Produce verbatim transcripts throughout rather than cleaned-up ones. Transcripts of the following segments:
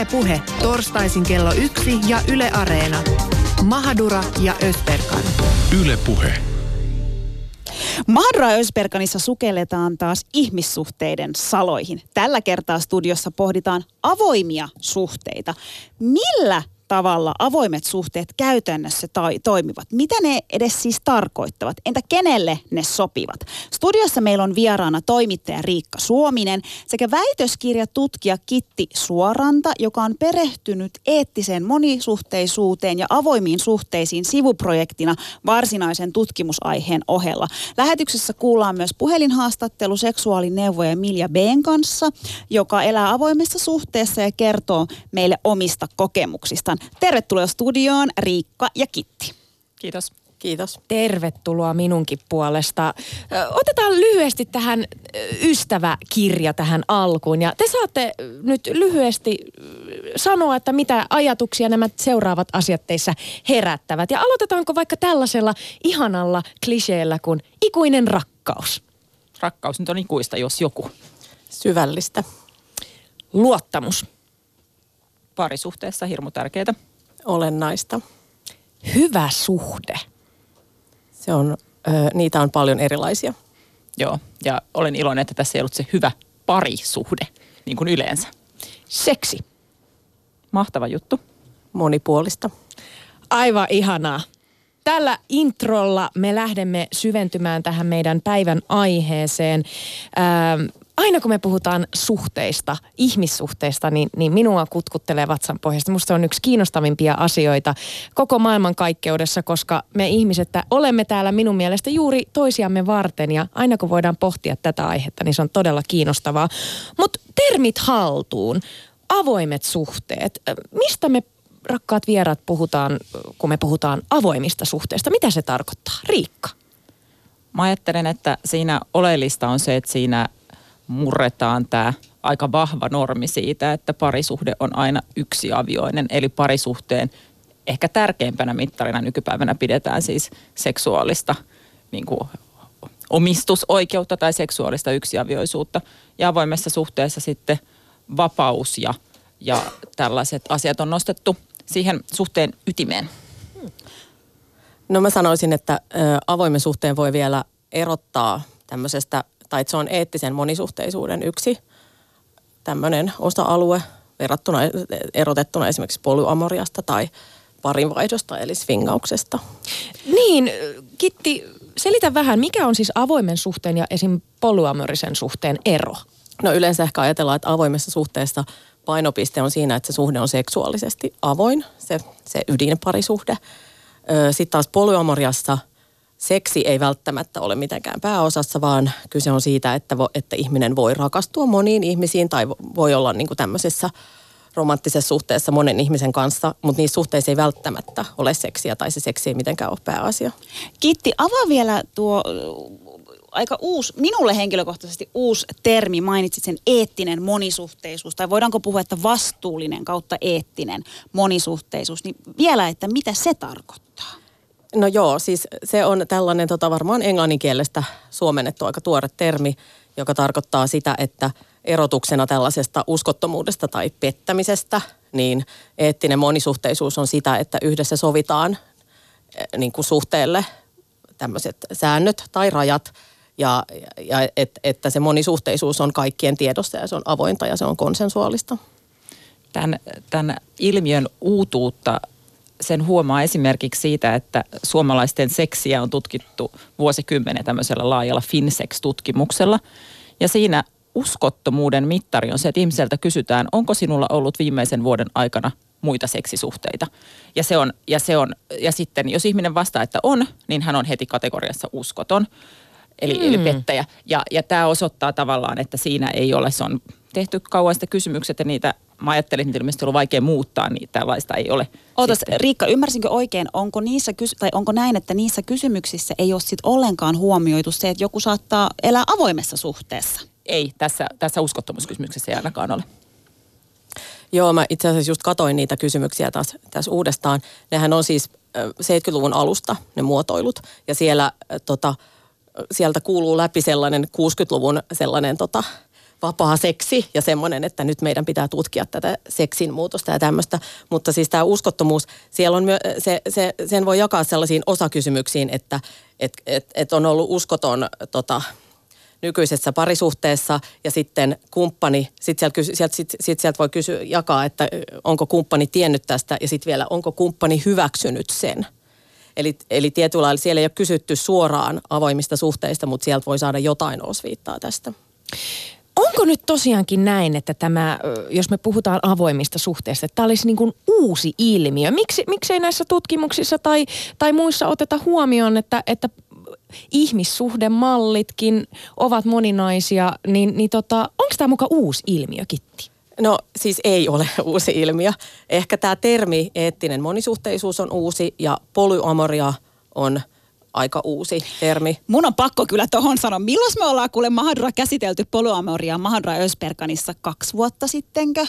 Puhe, torstaisin kello yksi ja Yle Areena. Mahadura ja Ösberkan. Yle Puhe. Mahadura Ösberkanissa sukelletaan taas ihmissuhteiden saloihin. Tällä kertaa studiossa pohditaan avoimia suhteita. Millä tavalla avoimet suhteet käytännössä tai toimivat? Mitä ne edes siis tarkoittavat? Entä kenelle ne sopivat? Studiossa meillä on vieraana toimittaja Riikka Suominen sekä väitöskirjatutkija Kitti Suoranta, joka on perehtynyt eettiseen monisuhteisuuteen ja avoimiin suhteisiin sivuprojektina varsinaisen tutkimusaiheen ohella. Lähetyksessä kuullaan myös puhelinhaastattelu seksuaalineuvoja Milja B:n kanssa, joka elää avoimessa suhteessa ja kertoo meille omista kokemuksistaan. Tervetuloa studioon Riikka ja Kitti. Kiitos. Kiitos. Tervetuloa minunkin puolesta. Otetaan lyhyesti tähän ystäväkirja tähän alkuun. Ja te saatte nyt lyhyesti sanoa, että mitä ajatuksia nämä seuraavat asiat teissä herättävät. Ja aloitetaanko vaikka tällaisella ihanalla kliseellä kuin ikuinen rakkaus? Rakkaus nyt on ikuista, jos joku. Syvällistä. Luottamus. Parisuhteessa hirmu tärkeää. Olennaista. Hyvä suhde. Se on, ö, niitä on paljon erilaisia. Joo, ja olen iloinen, että tässä ei ollut se hyvä parisuhde, niin kuin yleensä. Seksi. Mahtava juttu. Monipuolista. Aivan ihanaa. Tällä introlla me lähdemme syventymään tähän meidän päivän aiheeseen. Ähm, Aina kun me puhutaan suhteista, ihmissuhteista, niin, niin minua kutkuttelee vatsan pohjasta. Musta se on yksi kiinnostavimpia asioita koko maailmankaikkeudessa, koska me ihmiset olemme täällä minun mielestä juuri toisiamme varten. Ja aina kun voidaan pohtia tätä aihetta, niin se on todella kiinnostavaa. Mutta termit haltuun, avoimet suhteet. Mistä me, rakkaat vieraat, puhutaan, kun me puhutaan avoimista suhteista? Mitä se tarkoittaa? Riikka? Mä ajattelen, että siinä oleellista on se, että siinä murretaan tämä aika vahva normi siitä, että parisuhde on aina yksiavioinen, eli parisuhteen ehkä tärkeimpänä mittarina nykypäivänä pidetään siis seksuaalista niin kuin omistusoikeutta tai seksuaalista yksiavioisuutta. Ja avoimessa suhteessa sitten vapaus ja, ja tällaiset asiat on nostettu siihen suhteen ytimeen. No mä sanoisin, että ä, avoimen suhteen voi vielä erottaa tämmöisestä, tai että se on eettisen monisuhteisuuden yksi tämmöinen osa-alue verrattuna, erotettuna esimerkiksi polyamoriasta tai parinvaihdosta eli swingauksesta. Niin, Kitti, selitä vähän, mikä on siis avoimen suhteen ja esim. Polyamorisen suhteen ero? No yleensä ehkä ajatellaan, että avoimessa suhteessa painopiste on siinä, että se suhde on seksuaalisesti avoin, se, se ydinparisuhde. Sitten taas polyamoriassa seksi ei välttämättä ole mitenkään pääosassa, vaan kyse on siitä, että, vo, että ihminen voi rakastua moniin ihmisiin tai voi olla niin kuin tämmöisessä romanttisessa suhteessa monen ihmisen kanssa, mutta niissä suhteissa ei välttämättä ole seksiä tai se seksi ei mitenkään ole pääasia. Kitti, avaa vielä tuo aika uusi, minulle henkilökohtaisesti uusi termi, mainitsit sen eettinen monisuhteisuus, tai voidaanko puhua, että vastuullinen kautta eettinen monisuhteisuus, niin vielä, että mitä se tarkoittaa? No joo, siis se on tällainen tota, varmaan englanninkielestä suomennettu aika tuore termi, joka tarkoittaa sitä, että erotuksena tällaisesta uskottomuudesta tai pettämisestä, niin eettinen monisuhteisuus on sitä, että yhdessä sovitaan niin kuin suhteelle tämmöiset säännöt tai rajat, ja, ja et, että se monisuhteisuus on kaikkien tiedossa ja se on avointa ja se on konsensuaalista. Tämän, tämän ilmiön uutuutta sen huomaa esimerkiksi siitä, että suomalaisten seksiä on tutkittu vuosikymmenen tämmöisellä laajalla Finsex-tutkimuksella. Ja siinä uskottomuuden mittari on se, että ihmiseltä kysytään, onko sinulla ollut viimeisen vuoden aikana muita seksisuhteita. Ja, se on, ja, se on, ja sitten jos ihminen vastaa, että on, niin hän on heti kategoriassa uskoton, eli, mm. eli pettäjä. Ja, ja tämä osoittaa tavallaan, että siinä ei ole, se on tehty kauan sitä kysymykset ja niitä, mä ajattelin, että ilmeisesti on ollut vaikea muuttaa, niin tällaista ei ole. Ootas, Riikka, ymmärsinkö oikein, onko, niissä, tai onko näin, että niissä kysymyksissä ei ole sit ollenkaan huomioitu se, että joku saattaa elää avoimessa suhteessa? Ei, tässä, tässä uskottomuuskysymyksessä ei ainakaan ole. Joo, mä itse asiassa just katoin niitä kysymyksiä taas tässä uudestaan. Nehän on siis seitsemänkymmentäluvun alusta ne muotoilut ja siellä, tota, sieltä kuuluu läpi sellainen kuusikymmentäluvun sellainen tota, vapaa seksi ja semmoinen, että nyt meidän pitää tutkia tätä seksin muutosta ja tämmöistä. Mutta siis tämä uskottomuus, siellä on myö, se, se, sen voi jakaa sellaisiin osakysymyksiin, että et, et, et on ollut uskoton tota, nykyisessä parisuhteessa ja sitten kumppani, sitten sieltä, sieltä, sit, sit sieltä voi kysyä, jakaa, että onko kumppani tiennyt tästä ja sitten vielä, onko kumppani hyväksynyt sen. Eli, eli tietyllä lailla siellä ei ole kysytty suoraan avoimista suhteista, mutta sieltä voi saada jotain osviittaa tästä. Onko nyt tosiaankin näin, että tämä, jos me puhutaan avoimista suhteista, että tämä olisi niin kuin uusi ilmiö? Miksi, miksei näissä tutkimuksissa tai, tai muissa oteta huomioon, että, että ihmissuhdemallitkin ovat moninaisia, niin, niin tota, onko tämä muka uusi ilmiö, Kitti? No siis ei ole uusi ilmiö. Ehkä tämä termi eettinen monisuhteisuus on uusi ja polyamoria on aika uusi termi. Mun on pakko kyllä tohon sanoa. Milloin me ollaan kuule Mahadura käsitelty polyamoriaa Mahadura Ösperkanissa kaksi vuotta sittenkö?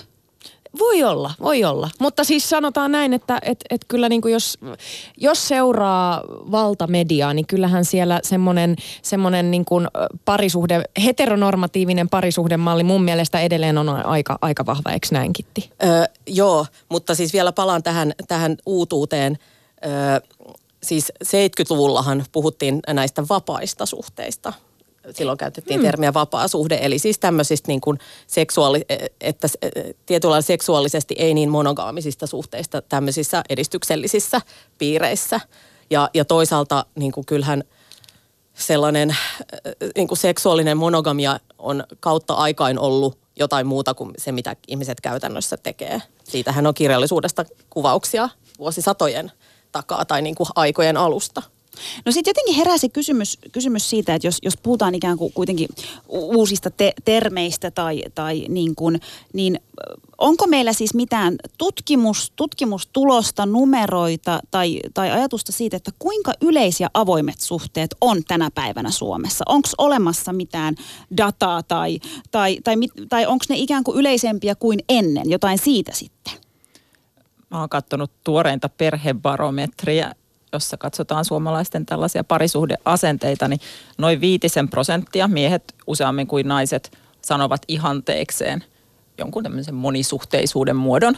Voi olla, voi olla. Mutta siis sanotaan näin, että et, et kyllä niin kuin jos, jos seuraa valtamediaa, niin kyllähän siellä semmoinen, semmoinen niin kuin parisuhde, heteronormatiivinen parisuhdemalli mun mielestä edelleen on aika, aika vahva, eikö näin, Kitti? Öö, joo, mutta siis vielä palaan tähän, tähän uutuuteen. Öö, siis seitsemänkymmentäluvullahan puhuttiin näistä vapaista suhteista. Silloin käytettiin hmm. termiä vapaa suhde, eli siis tämmöisistä niin kuin seksuaali, että tietyllä seksuaalisesti ei niin monogaamisista suhteista tämmöisissä edistyksellisissä piireissä. Ja, ja toisaalta niin kuin kyllähän sellainen niin kuin seksuaalinen monogamia on kautta aikain ollut jotain muuta kuin se, mitä ihmiset käytännössä tekee. Siitähän on kirjallisuudesta kuvauksia vuosisatojen takaa tai niin kuin aikojen alusta. No sitten jotenkin herää se kysymys, kysymys siitä, että jos, jos puhutaan ikään kuin kuitenkin uusista te- termeistä tai, tai niin kuin, niin onko meillä siis mitään tutkimus, tutkimustulosta, numeroita tai, tai ajatusta siitä, että kuinka yleisiä avoimet suhteet on tänä päivänä Suomessa? Onko olemassa mitään dataa tai, tai, tai, tai onko ne ikään kuin yleisempiä kuin ennen? Jotain siitä sitten? Mä oon katsonut tuoreinta perhebarometriä, jossa katsotaan suomalaisten tällaisia parisuhdeasenteita, niin noin viitisen prosenttia miehet useammin kuin naiset sanovat ihanteekseen jonkun tämmöisen monisuhteisuuden muodon.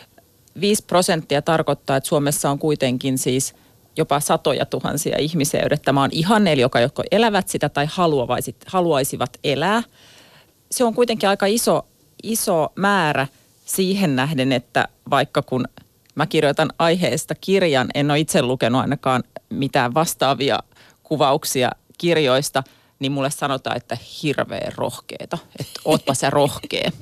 Viisi prosenttia tarkoittaa, että Suomessa on kuitenkin siis jopa satoja tuhansia ihmisiä, joille tämä on ihanne, eli joka joko elävät sitä tai haluaisivat elää. Se on kuitenkin aika iso, iso määrä siihen nähden, että vaikka kun mä kirjoitan aiheesta kirjan, en ole itse lukenut ainakaan mitään vastaavia kuvauksia kirjoista, niin mulle sanotaan, että hirveän rohkeeta, että ootpa sä rohkea.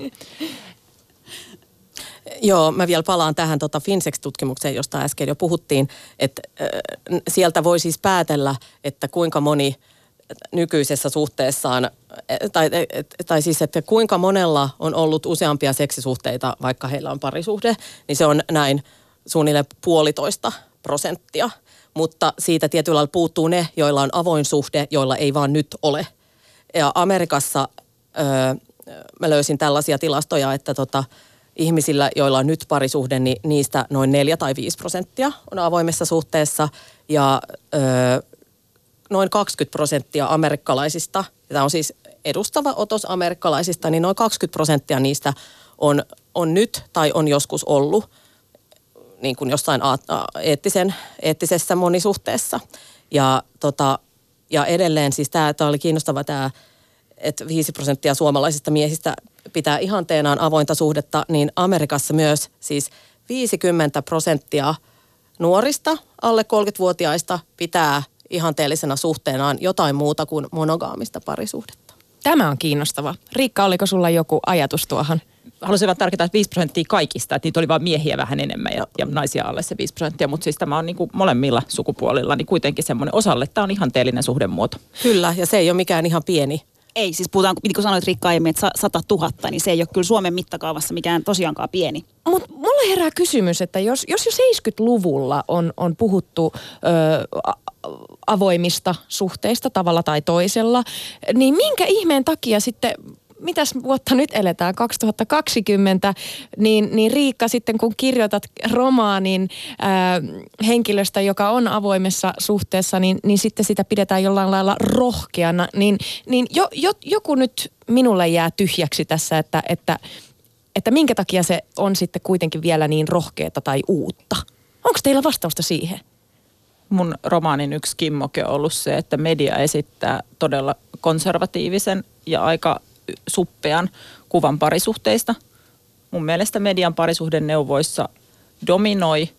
Joo, mä vielä palaan tähän tota Finsex-tutkimukseen, josta äsken jo puhuttiin, että äh, sieltä voi siis päätellä, että kuinka moni nykyisessä suhteessaan, tai, tai siis, että kuinka monella on ollut useampia seksisuhteita, vaikka heillä on parisuhde, niin se on näin suunnilleen puolitoista prosenttia, mutta siitä tietyllä lailla puuttuu ne, joilla on avoin suhde, joilla ei vaan nyt ole. Ja Amerikassa öö, mä löysin tällaisia tilastoja, että tota, ihmisillä, joilla on nyt parisuhde, niin niistä noin neljä tai viisi prosenttia on avoimessa suhteessa ja öö, noin kaksikymmentä prosenttia amerikkalaisista, tämä on siis edustava otos amerikkalaisista, niin noin kaksikymmentä prosenttia niistä on, on nyt tai on joskus ollut niin kuin jossain eettisen, eettisessä monisuhteessa. Ja, tota, ja edelleen siis tämä, tämä oli kiinnostava tämä, että viisi prosenttia suomalaisista miehistä pitää ihanteenaan avointa suhdetta, niin Amerikassa myös siis viisikymmentä prosenttia nuorista alle kolmekymmentävuotiaista pitää ihanteellisena suhteenaan jotain muuta kuin monogaamista parisuhdetta. Tämä on kiinnostava. Riikka, oliko sulla joku ajatus tuohon? Haluaisin vaan tarkoittaa, että viisi prosenttia kaikista, että niitä oli vain miehiä vähän enemmän ja, ja naisia alle se viisi prosenttia, mutta siis tämä on niin kuin molemmilla sukupuolilla, niin kuitenkin semmoinen osalle, tämä on ihanteellinen suhdemuoto. Kyllä, ja se ei ole mikään ihan pieni. Ei, siis puhutaan, niin kuin sanoit Riikka aiemmin, että sata tuhatta, niin se ei ole kyllä Suomen mittakaavassa mikään tosiaankaan pieni. Mutta mulle herää kysymys, että jos, jos jo seitsemänkymmentäluvulla on, on puhuttu ö, avoimista suhteista tavalla tai toisella, niin minkä ihmeen takia sitten mitäs vuotta nyt eletään, kaksituhattakaksikymmentä, niin, niin Riikka sitten kun kirjoitat romaanin ää, henkilöstä, joka on avoimessa suhteessa, niin, niin sitten sitä pidetään jollain lailla rohkeana, niin, niin jo, jo, joku nyt minulle jää tyhjäksi tässä, että, että, että minkä takia se on sitten kuitenkin vielä niin rohkeata tai uutta. Onko teillä vastausta siihen? Mun romaanin yksi kimmoke on ollut se, että media esittää todella konservatiivisen ja aika suppean kuvan parisuhteista. Mun mielestä median parisuhdeneuvoissa dominoi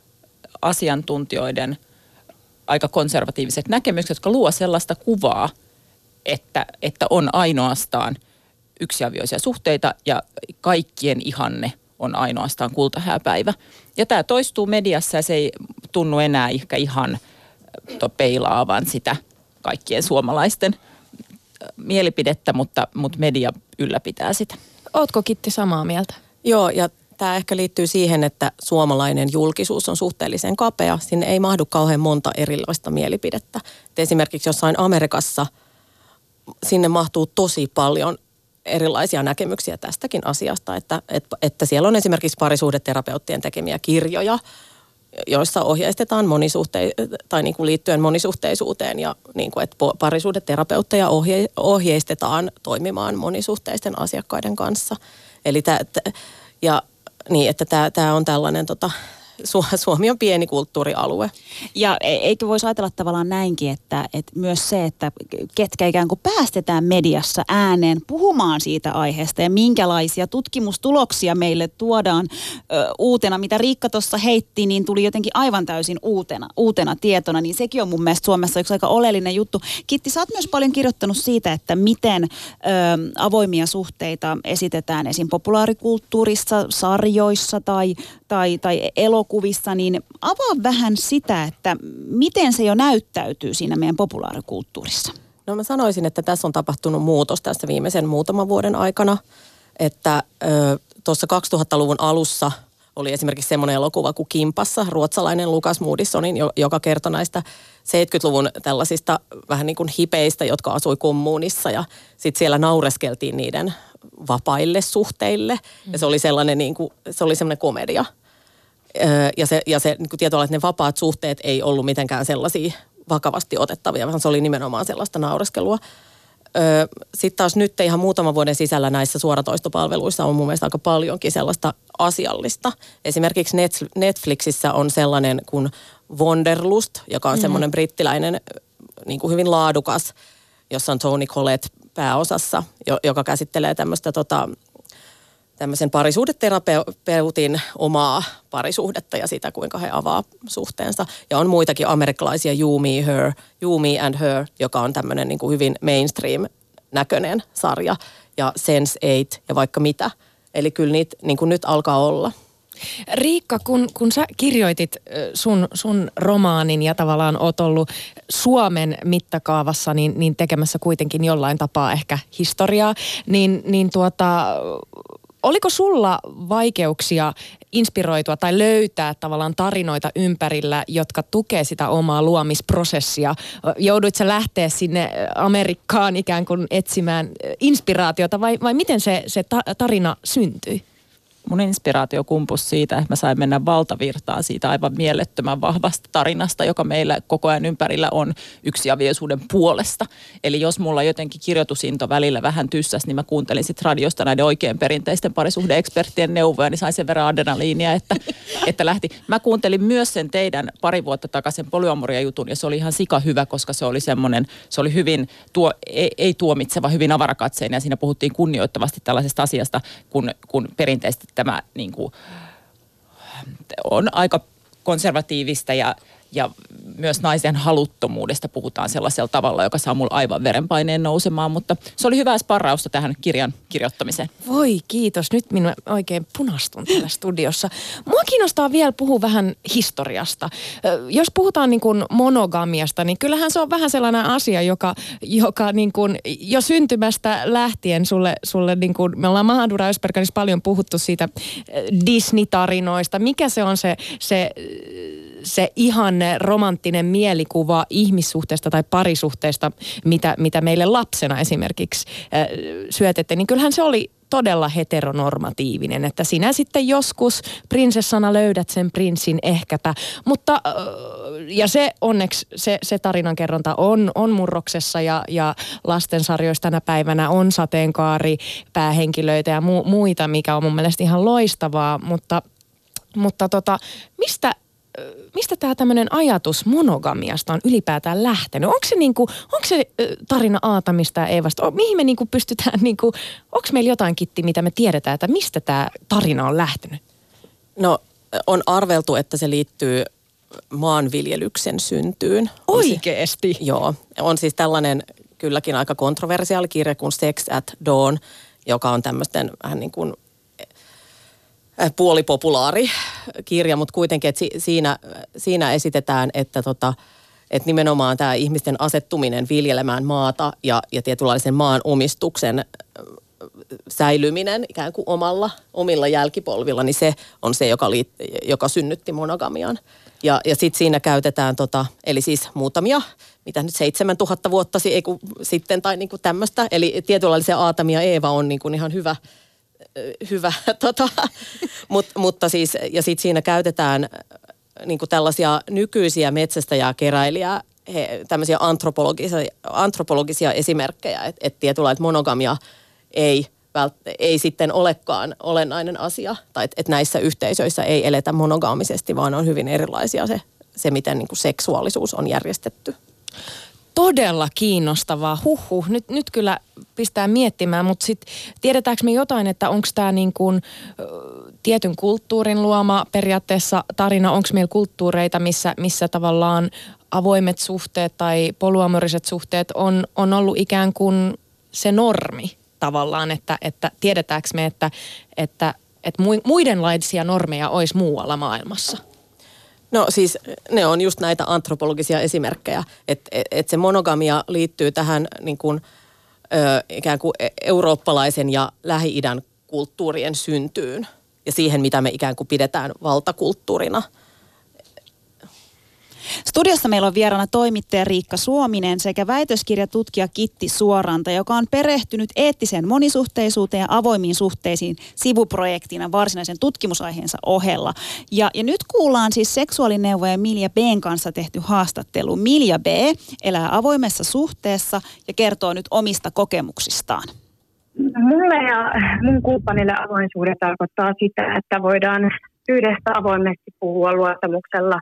asiantuntijoiden aika konservatiiviset näkemykset, jotka luo sellaista kuvaa, että, että on ainoastaan yksiavioisia suhteita ja kaikkien ihanne on ainoastaan kultahääpäivä. Ja tämä toistuu mediassa ja se ei tunnu enää ehkä ihan peilaavan sitä kaikkien suomalaisten mielipidettä, mutta, mutta media ylläpitää sitä. Ootko Kitti samaa mieltä? Joo, ja tämä ehkä liittyy siihen, että suomalainen julkisuus on suhteellisen kapea. Sinne ei mahdu kauhean monta erilaista mielipidettä. Et esimerkiksi jossain Amerikassa sinne mahtuu tosi paljon erilaisia näkemyksiä tästäkin asiasta, että, että, että siellä on esimerkiksi parisuhdeterapeuttien tekemiä kirjoja, joissa ohjeistetaan monisuhte- tai niin kuin liittyen monisuhteisuuteen ja niin kuin, että parisuhdeterapeutteja ohje- ohjeistetaan toimimaan monisuhteisten asiakkaiden kanssa. Eli tää, t- ja niin, että tämä, tämä on tällainen tota, Suomi on pieni kulttuurialue. Ja eikö voisi ajatella tavallaan näinkin, että, että myös se, että ketkä ikään kuin päästetään mediassa ääneen puhumaan siitä aiheesta ja minkälaisia tutkimustuloksia meille tuodaan ö, uutena, mitä Riikka tuossa heitti, niin tuli jotenkin aivan täysin uutena, uutena tietona, niin sekin on mun mielestä Suomessa yksi aika oleellinen juttu. Kitti, sä oot myös paljon kirjoittanut siitä, että miten ö, avoimia suhteita esitetään esim. Populaarikulttuurissa, sarjoissa tai, tai, tai elokuvissa. Kuvissa, niin avaa vähän sitä, että miten se jo näyttäytyy siinä meidän populaarikulttuurissa. No mä sanoisin, että tässä on tapahtunut muutos tässä viimeisen muutaman vuoden aikana, että tuossa kaksituhattaluvun alussa oli esimerkiksi semmoinen elokuva kuin Kimpassa, ruotsalainen Lukas Moodyssonin, joka kertoi näistä seitsemänkymmentäluvun tällaisista vähän niin kuin hipeistä, jotka asui kommunissa ja sitten siellä naureskeltiin niiden vapaille suhteille mm. ja se oli sellainen niin kuin, se oli semmoinen komedia. Ja se, ja se niin kuin tietoa, että ne vapaat suhteet ei ollut mitenkään sellaisia vakavasti otettavia, vaan se oli nimenomaan sellaista naureskelua. Sitten taas nyt ihan muutaman vuoden sisällä näissä suoratoistopalveluissa on mun mielestä aika paljonkin sellaista asiallista. Esimerkiksi Netflixissä on sellainen kuin Wanderlust, joka on mm-hmm. semmoinen brittiläinen niin kuin hyvin laadukas, jossa on Toni Collette pääosassa, joka käsittelee tämmöistä tota, tämmöisen parisuhdeterapeutin omaa parisuhdetta ja sitä, kuinka he avaa suhteensa. Ja on muitakin amerikkalaisia You, Me, Her, You, Me and Her, joka on tämmöinen niin kuin hyvin mainstream-näköinen sarja. Ja sense eight ja vaikka mitä. Eli kyllä niitä niin kuin nyt alkaa olla. Riikka, kun, kun sä kirjoitit sun, sun romaanin ja tavallaan oot ollut Suomen mittakaavassa niin, niin tekemässä kuitenkin jollain tapaa ehkä historiaa, niin, niin tuota... Oliko sulla vaikeuksia inspiroitua tai löytää tavallaan tarinoita ympärillä, jotka tukee sitä omaa luomisprosessia? Jouduit sä lähteä sinne Amerikkaan ikään kuin etsimään inspiraatiota vai, vai miten se, se tarina syntyi? Mun inspiraatio kumpusi siitä, että mä sain mennä valtavirtaan siitä aivan mielettömän vahvasta tarinasta, joka meillä koko ajan ympärillä on yksiavioisuuden puolesta. Eli jos mulla jotenkin kirjoitusinto välillä vähän tyssäs, niin mä kuuntelin sit radiosta näiden oikein perinteisten parisuhde-eksperttien neuvoja, niin sain sen verran adrenaliinia, että, että lähti. Mä kuuntelin myös sen teidän pari vuotta takaisin polyamoria-jutun, ja se oli ihan sika hyvä, koska se oli semmoinen, se oli hyvin, tuo, ei, ei tuomitseva, hyvin avarakatseinen, ja siinä puhuttiin kunnioittavasti tällaisesta asiasta, kun, kun perinteisesti tämä niin kuin, on aika konservatiivista ja, ja myös naisen haluttomuudesta puhutaan sellaisella tavalla, joka saa mulla aivan verenpaineen nousemaan, mutta se oli hyvää sparrausta tähän kirjan kirjoittamiseen. Voi kiitos, nyt minä oikein punastun täällä studiossa. Mua kiinnostaa vielä puhua vähän historiasta. Jos puhutaan niin kuin monogamiasta, niin kyllähän se on vähän sellainen asia, joka, joka niin kuin jo syntymästä lähtien sulle, sulle niin kuin, me ollaan Mahadura Ösberganissa paljon puhuttu siitä Disney-tarinoista. Mikä se on se, se se ihanne romanttinen mielikuva ihmissuhteesta tai parisuhteesta, mitä, mitä meille lapsena esimerkiksi äh, syötettiin, niin kyllähän se oli todella heteronormatiivinen, että sinä sitten joskus prinsessana löydät sen prinssin ehkäpä, mutta ja se onneksi se, se tarinankerronta on, on murroksessa ja, ja lastensarjoissa tänä päivänä on sateenkaari, päähenkilöitä ja mu, muita, mikä on mun mielestä ihan loistavaa, mutta, mutta tota, mistä Mistä tämä tämmöinen ajatus monogamiasta on ylipäätään lähtenyt? Onko se, niinku, onko se tarina Aatamista ja Eevasta? Mihin me niinku pystytään, niinku, onko meillä jotain, Kitti, mitä me tiedetään, että mistä tämä tarina on lähtenyt? No on arveltu, että se liittyy maanviljelyksen syntyyn. Oikeesti? On, joo. On siis tällainen kylläkin aika kontroversiaali kirja kuin Sex at Dawn, joka on tämmöisten vähän niin kuin puolipopulaari kirja, mutta kuitenkin, että siinä, siinä esitetään, että, tota, että nimenomaan tämä ihmisten asettuminen viljelemään maata ja, ja tietynlaisen maan omistuksen säilyminen ikään kuin omalla, omilla jälkipolvilla, niin se on se, joka, liit, joka synnytti monogamian. Ja, ja sitten siinä käytetään, tota, eli siis muutamia, mitä nyt seitsemäntuhatta vuotta ei kun, sitten tai niin kuin tämmöistä, eli tietynlaisia Aatami ja Eeva on niin kuin ihan hyvä hyvä, tota, Mut, mutta siis, ja sitten siinä käytetään niin kuin tällaisia nykyisiä metsästäjää, keräilijää, he, tämmöisiä antropologisia, antropologisia esimerkkejä, että et tietyllä, että monogamia ei, vält, ei sitten olekaan olennainen asia, tai että et näissä yhteisöissä ei eletä monogaamisesti, vaan on hyvin erilaisia se, se miten niin kuin seksuaalisuus on järjestetty. Todella kiinnostavaa. Huhhuh. Nyt, nyt kyllä pistää miettimään, mutta sitten tiedetäänkö me jotain, että onko tämä niin kuin tietyn kulttuurin luoma periaatteessa tarina, onko meillä kulttuureita, missä, missä tavallaan avoimet suhteet tai polyamoriset suhteet on, on ollut ikään kuin se normi tavallaan, että, että tiedetäänkö me, että, että, että muidenlaisia normeja olisi muualla maailmassa? No siis ne on just näitä antropologisia esimerkkejä, että et, et se monogamia liittyy tähän niin kuin, ö, ikään kuin eurooppalaisen ja Lähi-idän kulttuurien syntyyn ja siihen, mitä me ikään kuin pidetään valtakulttuurina. Studiossa meillä on vieraana toimittaja Riikka Suominen sekä väitöskirjatutkija Kitti Suoranta, joka on perehtynyt eettiseen monisuhteisuuteen ja avoimiin suhteisiin sivuprojektina varsinaisen tutkimusaiheensa ohella. Ja, ja nyt kuullaan siis seksuaalineuvoja Milja B:n kanssa tehty haastattelu. Milja B. elää avoimessa suhteessa ja kertoo nyt omista kokemuksistaan. Mulle ja mun kumppanille avoin suhde tarkoittaa sitä, että voidaan yhdessä avoimesti puhua luottamuksella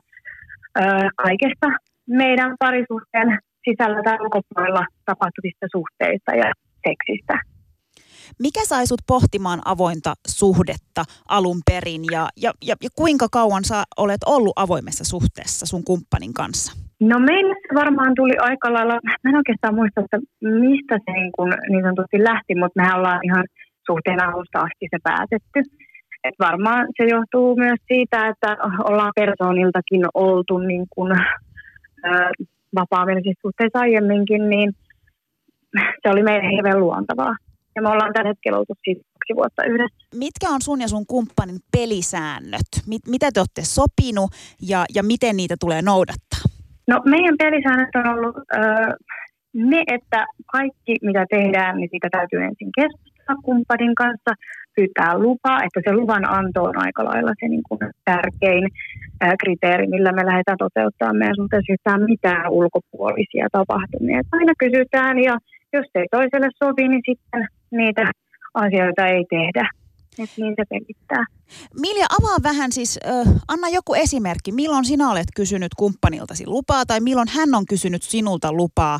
kaikesta meidän parisuhteen sisällä tai ulkopuolella tapahtuvista suhteista ja seksistä. Mikä sai sut pohtimaan avointa suhdetta alun perin ja, ja, ja, ja kuinka kauan sä olet ollut avoimessa suhteessa sun kumppanin kanssa? No meille se varmaan tuli aika lailla, mä en oikeastaan muista, että mistä se niin, kuin, niin sanotusti lähti, mutta mehän ollaan ihan suhteen alusta asti se päätetty. Et varmaan se johtuu myös siitä, että ollaan persooniltakin oltu niin kuin, äh, vapaamielisistä suhteissa aiemminkin, niin se oli meille hirveän luontavaa. Ja me ollaan tällä hetkellä oltu siis kaksi vuotta yhdessä. Mitkä on sun ja sun kumppanin pelisäännöt? Mit, mitä te olette sopinut ja, ja miten niitä tulee noudattaa? No meidän pelisäännöt on ollut äh, ne, että kaikki mitä tehdään, niin siitä täytyy ensin keskustella kumppanin kanssa, pyytää lupaa, että se luvan anto on aika lailla se niin kuin tärkein ää, kriteeri, millä me lähdetään toteuttamaan meidän suhteessa yhtään mitään ulkopuolisia tapahtumia. Et aina kysytään ja jos ei toiselle sovi, niin sitten niitä asioita ei tehdä. Et niin se pelittää. Milja, avaa vähän siis, äh, anna joku esimerkki. Milloin sinä olet kysynyt kumppaniltasi lupaa tai milloin hän on kysynyt sinulta lupaa?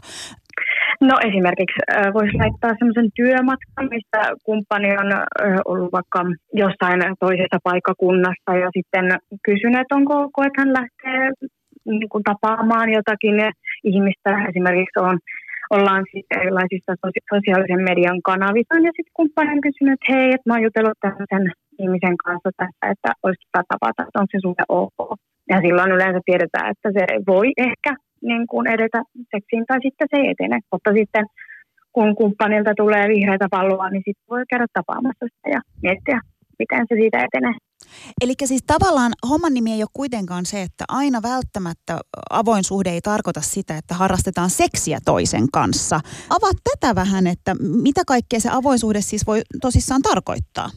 No esimerkiksi äh, voisi laittaa semmoisen työmatkan, mistä kumppani on äh, ollut vaikka jossain toisessa paikkakunnassa ja sitten kysynyt, että onko ok, että hän lähtee niin kuin tapaamaan jotakin ihmistä. Esimerkiksi on, ollaan sitten erilaisissa sosiaalisen median kanavissa ja sitten kumppani on kysynyt, että hei, että mä oon jutellut tämmöisen ihmisen kanssa tässä, että olisi hyvä tavata, että onko se sulle ok. Ja silloin yleensä tiedetään, että se voi ehkä niin kuin edetä seksiin tai sitten se ei etene. Mutta sitten kun kumppanilta tulee vihreätä palloa, niin sitten voi käydä tapaamassa sitä ja miettiä, miten se siitä etenee. Eli siis tavallaan homman nimi ei ole kuitenkaan se, että aina välttämättä avoin suhde ei tarkoita sitä, että harrastetaan seksiä toisen kanssa. Avaat tätä vähän, että mitä kaikkea se avoin suhde siis voi tosissaan tarkoittaa?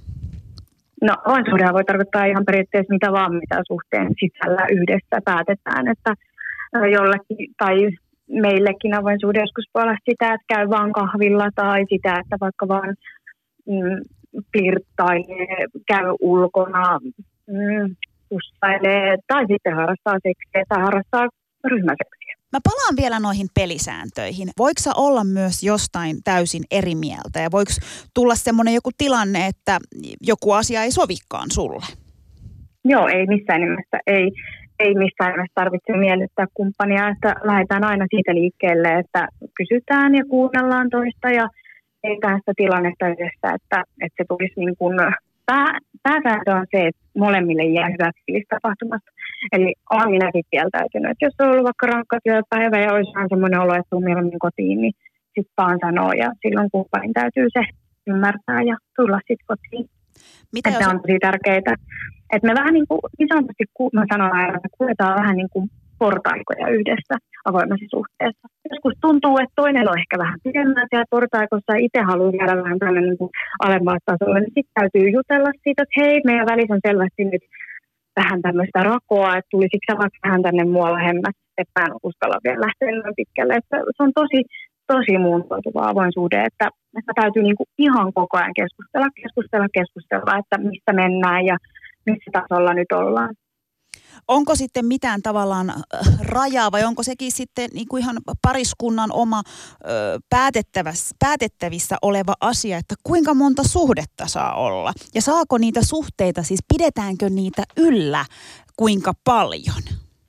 No avoin suhde voi tarkoittaa ihan periaatteessa mitä vaan, mitä suhteen sisällä yhdessä päätetään, että jollekin tai meillekin avoin suhde joskus voi olla sitä, että käy vaan kahvilla tai sitä, että vaikka vaan mm, flirttailee, käy ulkona, mm, pussailee tai sitten harrastaa seksiä tai harrastaa ryhmäseksiä. Mä palaan vielä noihin pelisääntöihin. Voiko sä olla myös jostain täysin eri mieltä ja voiko tulla semmoinen joku tilanne, että joku asia ei sovikaan sulle? Joo, ei missään nimessä. Ei, ei missään nimessä tarvitse miellyttää kumppania, että lähdetään aina siitä liikkeelle, että kysytään ja kuunnellaan toista ja tehdään sitä tilannetta yhdessä, että, että se tulisi niin kuin pää, pääsääntö on se, että molemmille jää hyvä fiilis tapahtumasta. Eli olen minäkin kieltäytynyt, että jos on ollut vaikka rankka työpäivä ja olisi vähän semmoinen olo, että on mieluummin kotiin, niin sitten vaan sanoo ja silloin kumppanin täytyy se ymmärtää ja tulla sitten kotiin. Mitä että jos... on tosi tärkeää. Että me vähän niin kuin, niin sanotusti, kun mä sanon aina, että kuljetaan vähän niin kuin portaikoja yhdessä avoimessa suhteessa. Joskus tuntuu, että toinen on ehkä vähän pidemmät ja portaikossa itse haluaa jäädä vähän tämmöinen niin kuin alemmalle tasolle. Niin sitten täytyy jutella siitä, että hei, meidän välissä on selvästi nyt vähän tämmöistä rakoa, että tulisiko sä vaikka vähän tänne mua lähemmäs, että mä en uskalla vielä lähteä enemmän pitkälle. Että se on tosi, tosi muuntoituva avoin suhde, että, että täytyy niin kuin ihan koko ajan keskustella, keskustella, keskustella, että mistä mennään ja missä tasolla nyt ollaan. Onko sitten mitään tavallaan rajaa vai onko sekin sitten niin kuin ihan pariskunnan oma ö, päätettävissä oleva asia, että kuinka monta suhdetta saa olla? Ja saako niitä suhteita, siis pidetäänkö niitä yllä kuinka paljon?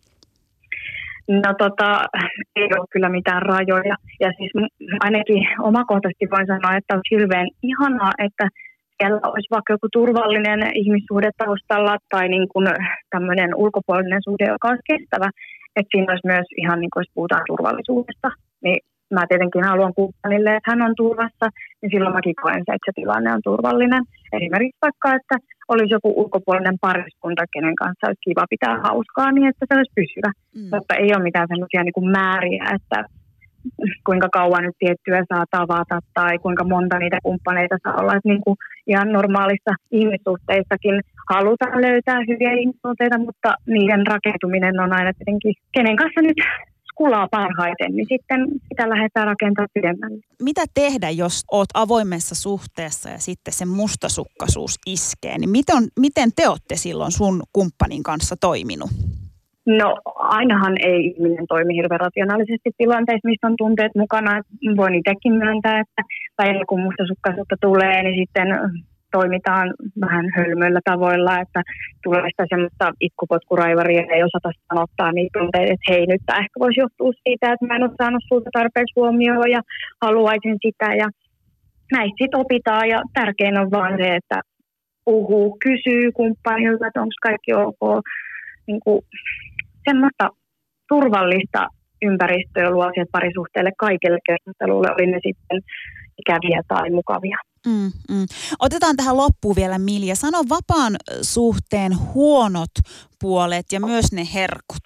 No tota, ei ole kyllä mitään rajoja. Ja siis ainakin omakohtaisesti voin sanoa, että on hirveän ihanaa, että siellä olisi vaikka joku turvallinen ihmissuhde taustalla tai niin kuin tämmöinen ulkopuolinen suhde, joka olisi kestävä. Että siinä olisi myös ihan niin kuin jos puhutaan turvallisuudesta, niin mä tietenkin haluan kumppanille, että hän on turvassa, niin silloin mäkin koen se, että se tilanne on turvallinen. Esimerkiksi vaikka, että olisi joku ulkopuolinen pariskunta, kenen kanssa olisi kiva pitää hauskaa, niin että se olisi pysyvä. Mm. Mutta ei ole mitään sellaisia niin kuin määriä, että kuinka kauan nyt tiettyä saa tavata tai kuinka monta niitä kumppaneita saa olla. Että niin kuin ihan normaalissa ihmissuhteissakin halutaan löytää hyviä ihmissuhteita, mutta niiden rakentuminen on aina tietenkin, kenen kanssa nyt kulaa parhaiten, niin sitten sitä lähdetään rakentamaan pidemmälle. Mitä tehdä, jos oot avoimessa suhteessa ja sitten se mustasukkaisuus iskee? Niin miten, miten te olette silloin sun kumppanin kanssa toiminut? No ainahan ei ihminen toimi hirveän rationaalisesti tilanteessa, missä on tunteet mukana. Voin itsekin myöntää, että välillä kun mustasukkaisuutta tulee, niin sitten toimitaan vähän hölmöillä tavoilla, että tulee sitä semmoista itkupotkuraivaria ja ei osata sanottaa niitä tunteita, että hei, nyt tämä ehkä voisi johtua siitä, että mä en ole saanut sulta tarpeeksi huomioon ja haluaisin sitä. Ja näistä sitten opitaan ja tärkein on vaan se, että puhuu, kysyy kumppanilta, että onko kaikki ok. Niin kuin semmoista turvallista ympäristöä luo sieltä parisuhteelle kaikille keskustelulle, oli ne sitten ikäviä tai mukavia. Mm, mm. Otetaan tähän loppuun vielä, Milja. Sano vapaan suhteen huonot puolet ja myös ne herkut.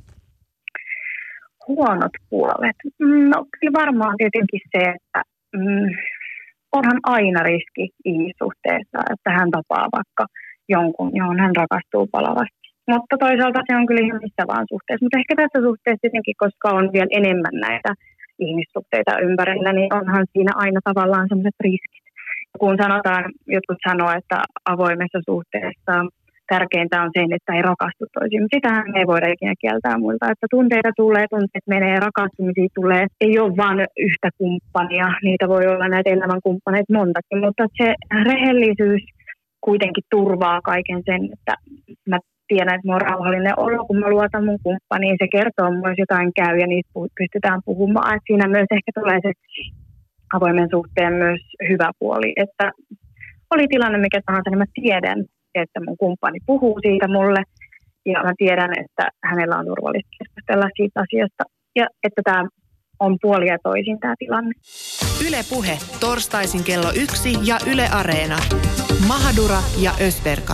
Huonot puolet? No kyllä varmaan tietenkin se, että mm, onhan aina riski ihmissuhteessa, että hän tapaa vaikka jonkun, johon hän rakastuu palavasti. Mutta toisaalta se on kyllä ihan missä vaan suhteessa. Mutta ehkä tässä suhteessa tietenkin, koska on vielä enemmän näitä ihmissuhteita ympärillä, niin onhan siinä aina tavallaan sellaiset riskit. Kun sanotaan, jotkut sanoo, että avoimessa suhteessa tärkeintä on se, että ei rakastu toisiin. Mutta sitähän me ei voida ikinä kieltää muilta, että tunteita tulee, tunteet menee, rakastumisia tulee. Ei ole vain yhtä kumppania, niitä voi olla näitä elämän kumppaneita montakin, mutta se rehellisyys kuitenkin turvaa kaiken sen, että mä tiedän, että mä oon rauhallinen olo, kun mä luotan mun kumppaniin. Se kertoo mulle, jos jotain käy ja niistä pystytään puhumaan. Et siinä myös ehkä tulee se avoimen suhteen myös hyvä puoli, että oli tilanne mikä tahansa, niin mä tiedän, että mun kumppani puhuu siitä mulle ja mä tiedän, että hänellä on turvallista keskustella siitä asiasta ja että tämä on puoli ja toisin tämä tilanne. Yle Puhe, torstaisin kello yksi ja Yle Areena. Mahadura ja Ösberkan.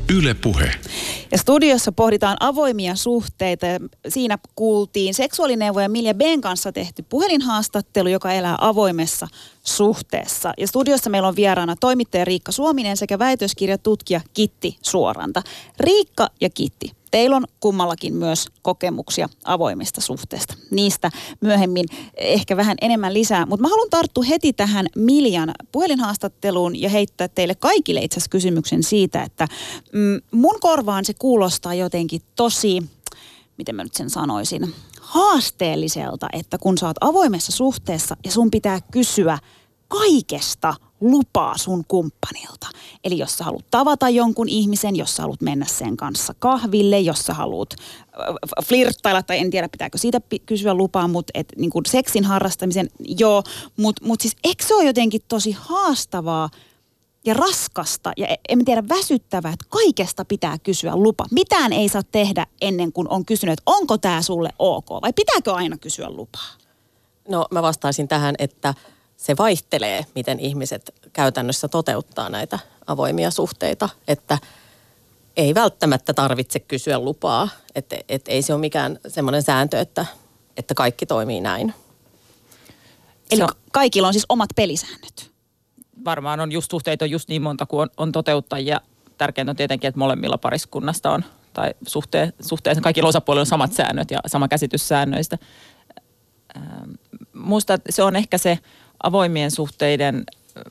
Yle Puhe. Ja studiossa pohditaan avoimia suhteita. Siinä kuultiin seksuaalineuvoja Milja B:n kanssa tehty puhelinhaastattelu, joka elää avoimessa suhteessa. Ja studiossa meillä on vieraana toimittaja Riikka Suominen sekä väitöskirjatutkija Kitti Suoranta. Riikka ja Kitti, teillä on kummallakin myös kokemuksia avoimesta suhteesta. Niistä myöhemmin ehkä vähän enemmän lisää. Mutta mä haluan tarttua heti tähän Miljan puhelinhaastatteluun ja heittää teille kaikille itse asiassa kysymyksen siitä, että mm, mun korvaan se kuulostaa jotenkin tosi, miten mä nyt sen sanoisin, haasteelliselta, että kun sä oot avoimessa suhteessa ja sun pitää kysyä kaikesta lupaa sun kumppanilta. Eli jos sä haluat tavata jonkun ihmisen, jos sä haluat mennä sen kanssa kahville, jos sä haluat flirttailla, tai en tiedä pitääkö siitä kysyä lupaa, mutta et, niin kuin seksin harrastamisen, joo, mutta mut siis eikö se ole jotenkin tosi haastavaa ja raskasta ja en tiedä väsyttävää, että kaikesta pitää kysyä lupa. Mitään ei saa tehdä ennen kuin on kysynyt, että onko tämä sulle ok vai pitääkö aina kysyä lupaa? No mä vastaisin tähän, että se vaihtelee, miten ihmiset käytännössä toteuttaa näitä avoimia suhteita, että ei välttämättä tarvitse kysyä lupaa, että et ei se ole mikään semmoinen sääntö, että, että kaikki toimii näin. Eli on, kaikilla on siis omat pelisäännöt? Varmaan on just suhteita on just niin monta kuin on, on toteuttajia. Tärkeintä on tietenkin, että molemmilla pariskunnasta on, tai suhteen, suhteessa kaikilla osapuolilla on samat säännöt ja sama käsitys säännöistä. Ähm, musta se on ehkä se avoimien suhteiden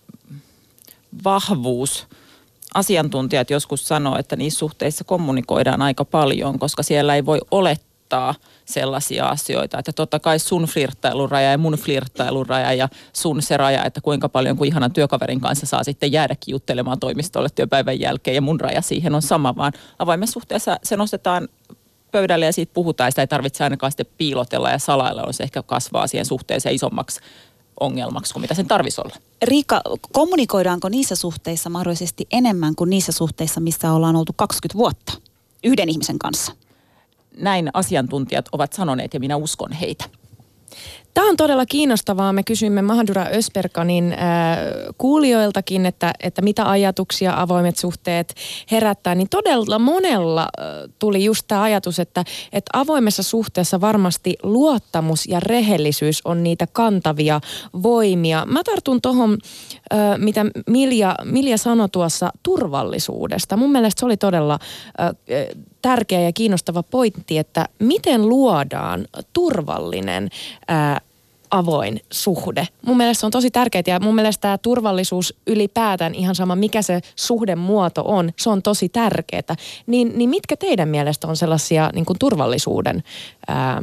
vahvuus. Asiantuntijat joskus sanoo, että niissä suhteissa kommunikoidaan aika paljon, koska siellä ei voi olettaa sellaisia asioita, että totta kai sun flirttailun raja ja mun flirttailun raja ja sun se raja, että kuinka paljon kuin ihanan työkaverin kanssa saa sitten jäädäkin juttelemaan toimistolle työpäivän jälkeen ja mun raja siihen on sama, vaan avoimessa suhteessa se nostetaan pöydälle ja siitä puhutaan ja sitä ei tarvitse ainakaan sitten piilotella ja salailla, on se ehkä kasvaa siihen suhteeseen isommaksi ongelmaksi kuin mitä sen tarvitsisi olla. Riikka, kommunikoidaanko niissä suhteissa mahdollisesti enemmän kuin niissä suhteissa, missä ollaan oltu kaksikymmentä vuotta yhden ihmisen kanssa? Näin asiantuntijat ovat sanoneet ja minä uskon heitä. Tämä on todella kiinnostavaa. Me kysyimme Mahadura Özberganin äh, kuulijoiltakin, että, että mitä ajatuksia avoimet suhteet herättää. Niin todella monella äh, tuli just tämä ajatus, että, että avoimessa suhteessa varmasti luottamus ja rehellisyys on niitä kantavia voimia. Mä tartun tuohon, äh, mitä Milja, Milja sanoi tuossa turvallisuudesta. Mun mielestä se oli todella äh, tärkeä ja kiinnostava pointti, että miten luodaan turvallinen ää, avoin suhde. Mun mielestä se on tosi tärkeää ja mun mielestä tämä turvallisuus ylipäätään, ihan sama mikä se suhdemuoto on, se on tosi tärkeää. Niin, niin mitkä teidän mielestä on sellaisia niin kuin turvallisuuden ää,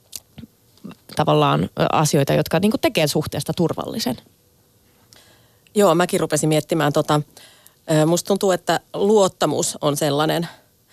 tavallaan asioita, jotka niin kuin tekee suhteesta turvallisen? Joo, mäkin rupesin miettimään tota. Musta tuntuu, että luottamus on sellainen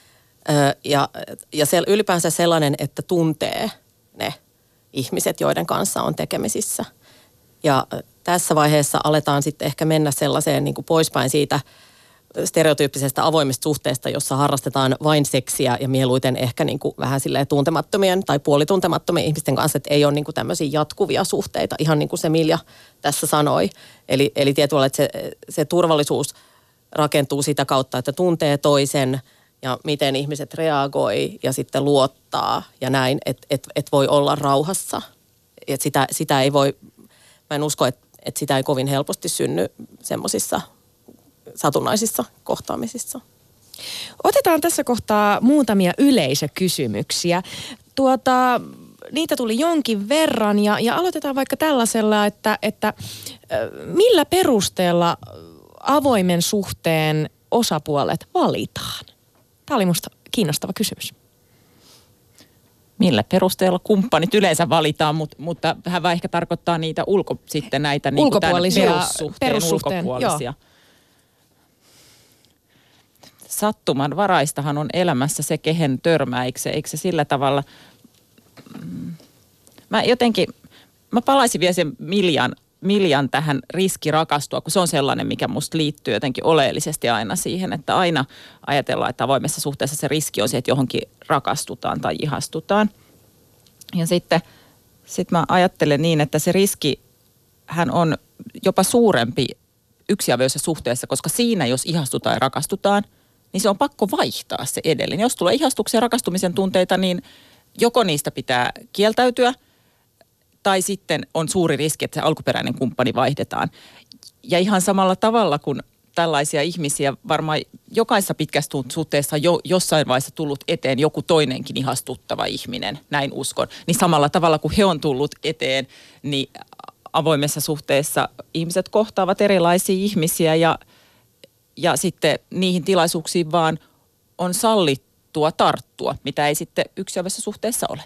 ja, ja se, ylipäänsä sellainen, että tuntee ne ihmiset, joiden kanssa on tekemisissä. Ja tässä vaiheessa aletaan sitten ehkä mennä sellaiseen niin kuin poispäin siitä stereotyyppisestä avoimesta suhteesta, jossa harrastetaan vain seksiä ja mieluiten ehkä niin kuin vähän silleen tuntemattomien tai puolituntemattomien ihmisten kanssa, että ei ole niin kuin tämmöisiä jatkuvia suhteita, ihan niin kuin se Milja tässä sanoi. Eli, eli tietyllä, että se, se turvallisuus rakentuu sitä kautta, että tuntee toisen ja miten ihmiset reagoi ja sitten luottaa ja näin, että et, et voi olla rauhassa. Et sitä, sitä ei voi, mä en usko, että et sitä ei kovin helposti synny semmoisissa satunnaisissa kohtaamisissa. Otetaan tässä kohtaa muutamia yleisökysymyksiä. Tuota, niitä tuli jonkin verran ja, ja aloitetaan vaikka tällaisella, että, että millä perusteella avoimen suhteen osapuolet valitaan? Tämä oli musta kiinnostava kysymys. Millä perusteella kumppanit yleensä valitaan, mutta, mutta hän ehkä tarkoittaa niitä ulko, sitten näitä niin ulkopuolisia, perussuhteen, perussuhteen ulkopuolisia. Joo. Sattuman varaistahan on elämässä se, kehen törmää, eikö se, eikö se sillä tavalla. Mä jotenkin, mä palaisin vielä sen Miljan, Miljan tähän riski rakastua, kun se on sellainen, mikä musta liittyy jotenkin oleellisesti aina siihen, että aina ajatellaan, että avoimessa suhteessa se riski on se, että johonkin rakastutaan tai ihastutaan. Ja sitten sit mä ajattelen niin, että se riski hän on jopa suurempi yksiavioisessa suhteessa, koska siinä, jos ihastutaan ja rakastutaan, niin se on pakko vaihtaa se edelleen. Jos tulee ihastuksen ja rakastumisen tunteita, niin joko niistä pitää kieltäytyä, tai sitten on suuri riski, että se alkuperäinen kumppani vaihdetaan. Ja ihan samalla tavalla kuin tällaisia ihmisiä varmaan jokaisessa pitkässä suhteessa jo jossain vaiheessa tullut eteen joku toinenkin ihastuttava ihminen, näin uskon. Niin samalla tavalla kuin he on tullut eteen, niin avoimessa suhteessa ihmiset kohtaavat erilaisia ihmisiä ja, ja sitten niihin tilaisuuksiin vaan on sallittua tarttua, mitä ei sitten yksilössä suhteessa ole.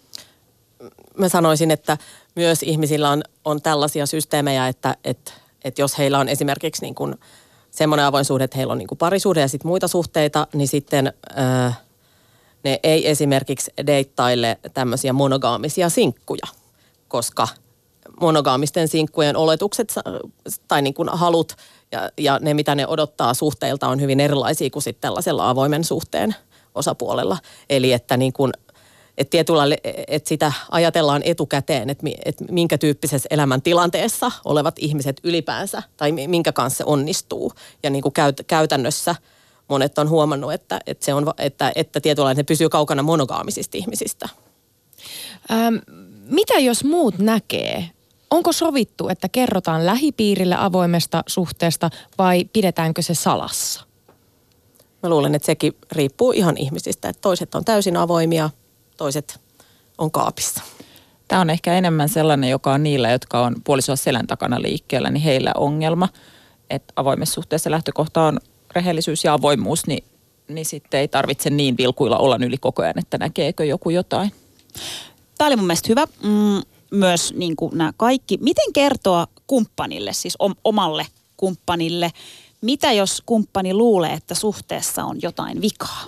Mä sanoisin, että myös ihmisillä on, on tällaisia systeemejä, että, että, että jos heillä on esimerkiksi niin kuin semmoinen avoin suhde, että heillä on niin kuin parisuhde ja sitten muita suhteita, niin sitten äh, ne ei esimerkiksi deittaile tämmöisiä monogaamisia sinkkuja, koska monogaamisten sinkkujen oletukset tai niin kuin halut ja, ja ne, mitä ne odottaa suhteilta, on hyvin erilaisia kuin sitten tällaisella avoimen suhteen osapuolella. Eli että niin kuin että tietyllä lailla, että sitä ajatellaan etukäteen, että, että minkä tyyppisessä elämäntilanteessa olevat ihmiset ylipäänsä tai minkä kanssa se onnistuu. Ja niin kuin käyt, käytännössä monet on huomannut, että, että, se on, että, että tietyllä lailla ne pysyy kaukana monogaamisista ihmisistä. Ähm, mitä jos muut näkee? Onko sovittu, että kerrotaan lähipiirille avoimesta suhteesta vai pidetäänkö se salassa? Mä luulen, että sekin riippuu ihan ihmisistä, että toiset on täysin avoimia, toiset on kaapissa. Tämä on ehkä enemmän sellainen, joka on niillä, jotka on puolisoa selän takana liikkeellä, niin heillä ongelma. Että avoimessa suhteessa lähtökohta on rehellisyys ja avoimuus, niin, niin sitten ei tarvitse niin vilkuilla olla yli koko ajan, että näkeekö joku jotain. Tämä oli mun mielestä hyvä. Mm, myös niin kuin nämä kaikki. Miten kertoa kumppanille, siis om- omalle kumppanille, mitä jos kumppani luulee, että suhteessa on jotain vikaa?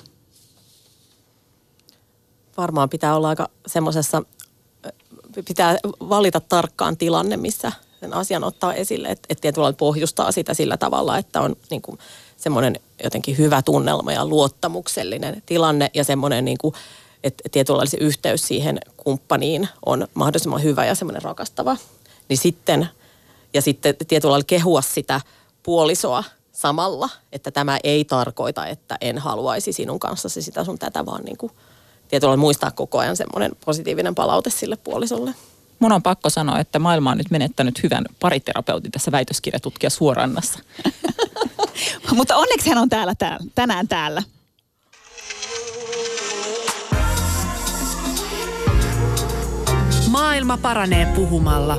Varmaan pitää olla aika semmoisessa, pitää valita tarkkaan tilanne, missä sen asian ottaa esille, että et tietyllä lailla pohjustaa sitä sillä tavalla, että on niin kuin semmoinen jotenkin hyvä tunnelma ja luottamuksellinen tilanne ja semmoinen, niin kuin, että tietyllä lailla se yhteys siihen kumppaniin on mahdollisimman hyvä ja semmoinen rakastava. Niin sitten, ja sitten tietyllä lailla kehua sitä puolisoa samalla, että tämä ei tarkoita, että en haluaisi sinun kanssasi sitä sun tätä, vaan niin kuin tietyllä lailla muistaa koko ajan semmoinen positiivinen palaute sille puolisolle. Mun on pakko sanoa, että maailma on nyt menettänyt hyvän pariterapeutin tässä väitöskirjatutkija Suorannassa. Mutta onneksi hän on täällä, täällä tänään täällä. Maailma paranee puhumalla.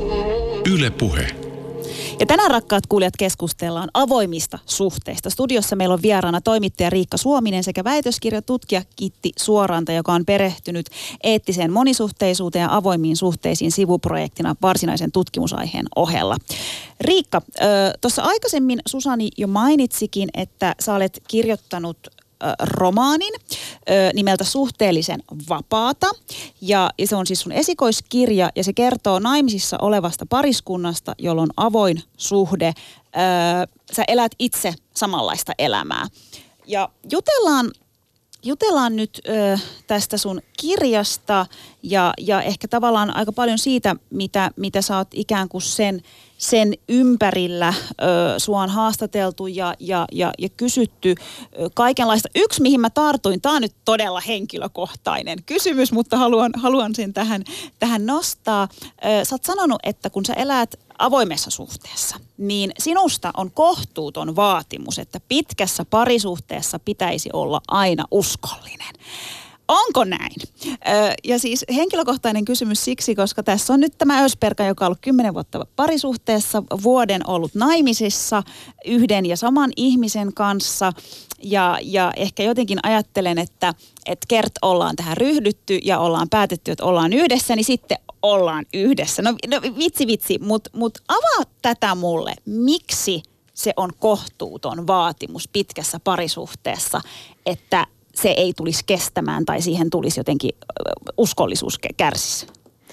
Yle Puhe. Ja tänään, rakkaat kuulijat, keskustellaan avoimista suhteista. Studiossa meillä on vieraana toimittaja Riikka Suominen sekä väitöskirjatutkija Kitti Suoranta, joka on perehtynyt eettiseen monisuhteisuuteen ja avoimiin suhteisiin sivuprojektina varsinaisen tutkimusaiheen ohella. Riikka, tuossa aikaisemmin Susani jo mainitsikin, että sä olet kirjoittanut romaanin nimeltä Suhteellisen vapaata. Ja, ja se on siis sun esikoiskirja ja se kertoo naimisissa olevasta pariskunnasta, jolla on avoin suhde. Öö, sä elät itse samanlaista elämää. Ja jutellaan, jutellaan nyt ö, tästä sun kirjasta ja, ja ehkä tavallaan aika paljon siitä, mitä, mitä sä oot ikään kuin sen sen ympärillä ö, sua on haastateltu ja, ja, ja, ja kysytty ö, kaikenlaista. Yksi, mihin mä tartuin, tää on nyt todella henkilökohtainen kysymys, mutta haluan, haluan sen tähän, tähän nostaa. Ö, sä oot sanonut, että kun sä elät avoimessa suhteessa, niin sinusta on kohtuuton vaatimus, että pitkässä parisuhteessa pitäisi olla aina uskollinen. Onko näin? Öö, ja siis henkilökohtainen kysymys siksi, koska tässä on nyt tämä Ösperka, joka on ollut kymmenen vuotta parisuhteessa, vuoden ollut naimisissa yhden ja saman ihmisen kanssa. Ja, ja ehkä jotenkin ajattelen, että, että kert ollaan tähän ryhdytty ja ollaan päätetty, että ollaan yhdessä, niin sitten ollaan yhdessä. No, no vitsi vitsi, mutta mut avaa tätä mulle. Miksi se on kohtuuton vaatimus pitkässä parisuhteessa, että se ei tulisi kestämään tai siihen tulisi jotenkin uskollisuus kärsisi?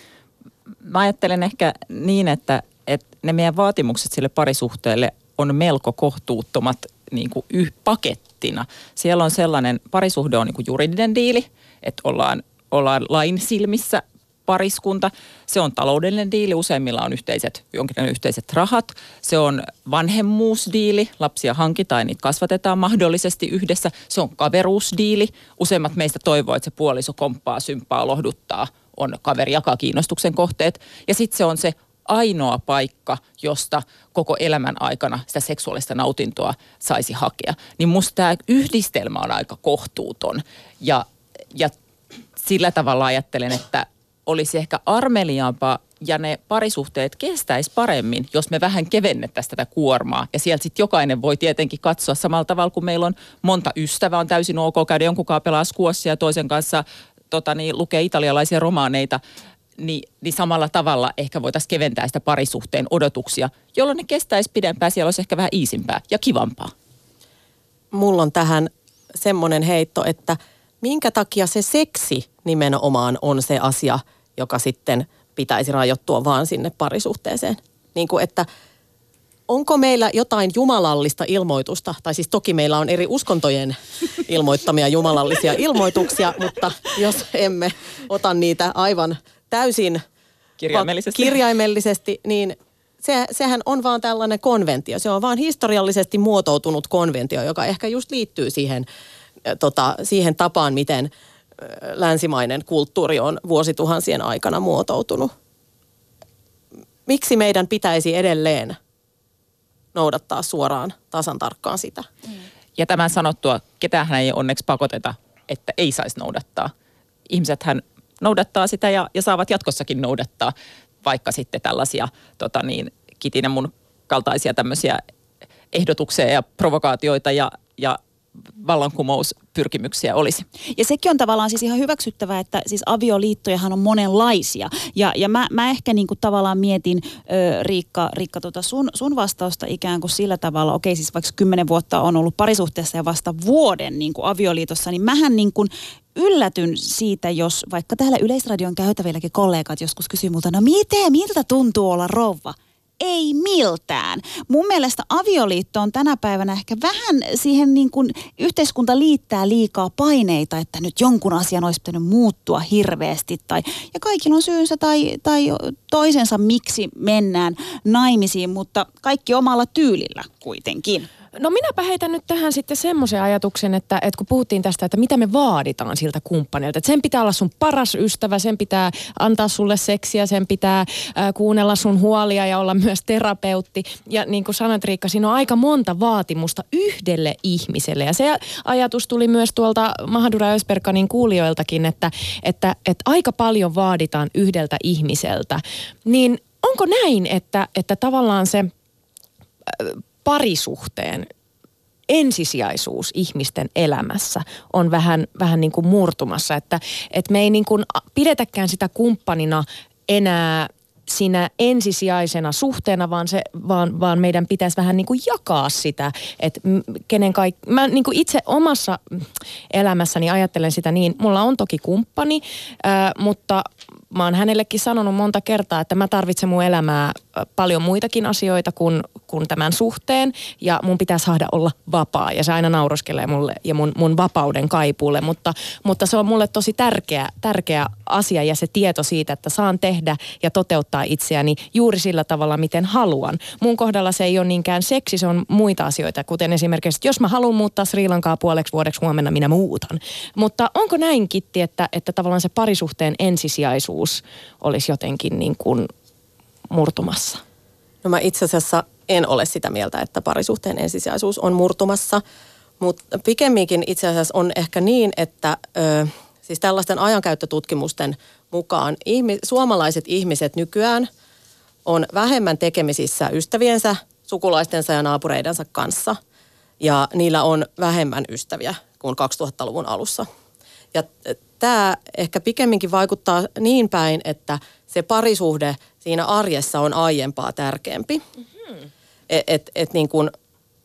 Mä ajattelen ehkä niin, että, että ne meidän vaatimukset sille parisuhteelle on melko kohtuuttomat niin kuin yh, pakettina. Siellä on sellainen, parisuhde on niin kuin juridinen diili, että ollaan, ollaan lain silmissä pariskunta. Se on taloudellinen diili, useimmilla on yhteiset, jonkinlainen yhteiset rahat. Se on vanhemmuusdiili, lapsia hankitaan ja niitä kasvatetaan mahdollisesti yhdessä. Se on kaveruusdiili. Useimmat meistä toivoo, että se puoliso komppaa, symppaa, lohduttaa, on kaveri, jakaa kiinnostuksen kohteet. Ja sitten se on se ainoa paikka, josta koko elämän aikana sitä seksuaalista nautintoa saisi hakea. Niin musta tämä yhdistelmä on aika kohtuuton ja, ja sillä tavalla ajattelen, että olisi ehkä armeliaampaa ja ne parisuhteet kestäisi paremmin, jos me vähän kevennettäisiin tätä kuormaa. Ja sieltä sitten jokainen voi tietenkin katsoa samalla tavalla, kun meillä on monta ystävää, on täysin ok käydä jonkun kanssa pelaa squashia ja toisen kanssa tota, niin, lukee italialaisia romaaneita. Niin, niin samalla tavalla ehkä voitaisiin keventää sitä parisuhteen odotuksia, jolloin ne kestäisi pidempään, siellä olisi ehkä vähän iisimpää ja kivampaa. Mulla on tähän semmoinen heitto, että minkä takia se seksi nimenomaan on se asia, joka sitten pitäisi rajoittua vaan sinne parisuhteeseen. Niin kuin, että onko meillä jotain jumalallista ilmoitusta, tai siis toki meillä on eri uskontojen ilmoittamia jumalallisia ilmoituksia, mutta jos emme ota niitä aivan täysin kirjaimellisesti, kirjaimellisesti niin se, sehän on vaan tällainen konventio. Se on vaan historiallisesti muotoutunut konventio, joka ehkä just liittyy siihen, tota, siihen tapaan, miten länsimainen kulttuuri on vuosituhansien aikana muotoutunut. Miksi meidän pitäisi edelleen noudattaa suoraan tasan tarkkaan sitä? Ja tämän sanottua, ketään ei onneksi pakoteta, että ei saisi noudattaa. Ihmisethän noudattaa sitä ja, ja saavat jatkossakin noudattaa, vaikka sitten tällaisia tota niin, Kitinen mun kaltaisia tämmöisiä ehdotuksia ja provokaatioita ja, ja vallankumouspyrkimyksiä olisi. Ja sekin on tavallaan siis ihan hyväksyttävää, että siis avioliittojahan on monenlaisia. Ja, ja mä, mä ehkä niin kuin tavallaan mietin, ö, Riikka, Riikka tota sun, sun vastausta ikään kuin sillä tavalla, okei siis vaikka kymmenen vuotta on ollut parisuhteessa ja vasta vuoden niin kuin avioliitossa, niin mähän niin kuin yllätyn siitä, jos vaikka täällä Yleisradion käytävilläkin kollegat joskus kysyy multa, no miten, miltä tuntuu olla rouva? Ei miltään. Mun mielestä avioliitto on tänä päivänä ehkä vähän siihen niin kuin yhteiskunta liittää liikaa paineita, että nyt jonkun asian olisi pitänyt muuttua hirveästi. Tai, ja kaikilla on syynsä tai, tai toisensa, miksi mennään naimisiin, mutta kaikki omalla tyylillä kuitenkin. No minäpä heitän nyt tähän sitten semmoisen ajatuksen, että, että kun puhuttiin tästä, että mitä me vaaditaan siltä kumppanilta. Että sen pitää olla sun paras ystävä, sen pitää antaa sulle seksiä, sen pitää äh, kuunnella sun huolia ja olla myös terapeutti. Ja niin kuin sanoit Riikka, siinä on aika monta vaatimusta yhdelle ihmiselle. Ja se ajatus tuli myös tuolta Mahadura Ösberkanin kuulijoiltakin, että, että, että aika paljon vaaditaan yhdeltä ihmiseltä. Niin onko näin, että, että tavallaan se Äh, parisuhteen ensisijaisuus ihmisten elämässä on vähän, vähän niin kuin murtumassa, että, että me ei niin kuin pidetäkään sitä kumppanina enää siinä ensisijaisena suhteena, vaan, se, vaan, vaan meidän pitäisi vähän niin kuin jakaa sitä, että kenen kaikki, mä niin kuin itse omassa elämässäni ajattelen sitä niin, mulla on toki kumppani, ää, mutta mä oon hänellekin sanonut monta kertaa, että mä tarvitsen mun elämää paljon muitakin asioita kuin, kuin tämän suhteen ja mun pitää saada olla vapaa ja se aina nauraskelee mulle ja mun, mun vapauden kaipuulle, mutta, mutta se on mulle tosi tärkeä, tärkeä asia ja se tieto siitä, että saan tehdä ja toteuttaa itseäni juuri sillä tavalla, miten haluan. Mun kohdalla se ei ole niinkään seksi, se on muita asioita, kuten esimerkiksi, että jos mä haluan muuttaa Sri Lankaa puoleksi vuodeksi huomenna, minä muutan. Mutta onko näin, Kitti, että, että tavallaan se parisuhteen ensisijaisuus olisi jotenkin niin kuin murtumassa? No mä itse asiassa en ole sitä mieltä, että parisuhteen ensisijaisuus on murtumassa, mutta pikemminkin itse asiassa on ehkä niin, että ö, siis tällaisten ajankäyttötutkimusten mukaan ihmi, suomalaiset ihmiset nykyään on vähemmän tekemisissä ystäviensä, sukulaistensa ja naapureidensa kanssa ja niillä on vähemmän ystäviä kuin kaksituhattaluvun alussa. Ja tämä ehkä pikemminkin vaikuttaa niin päin, että se parisuhde siinä arjessa on aiempaa tärkeämpi. Mm-hmm. Että et, et niin kuin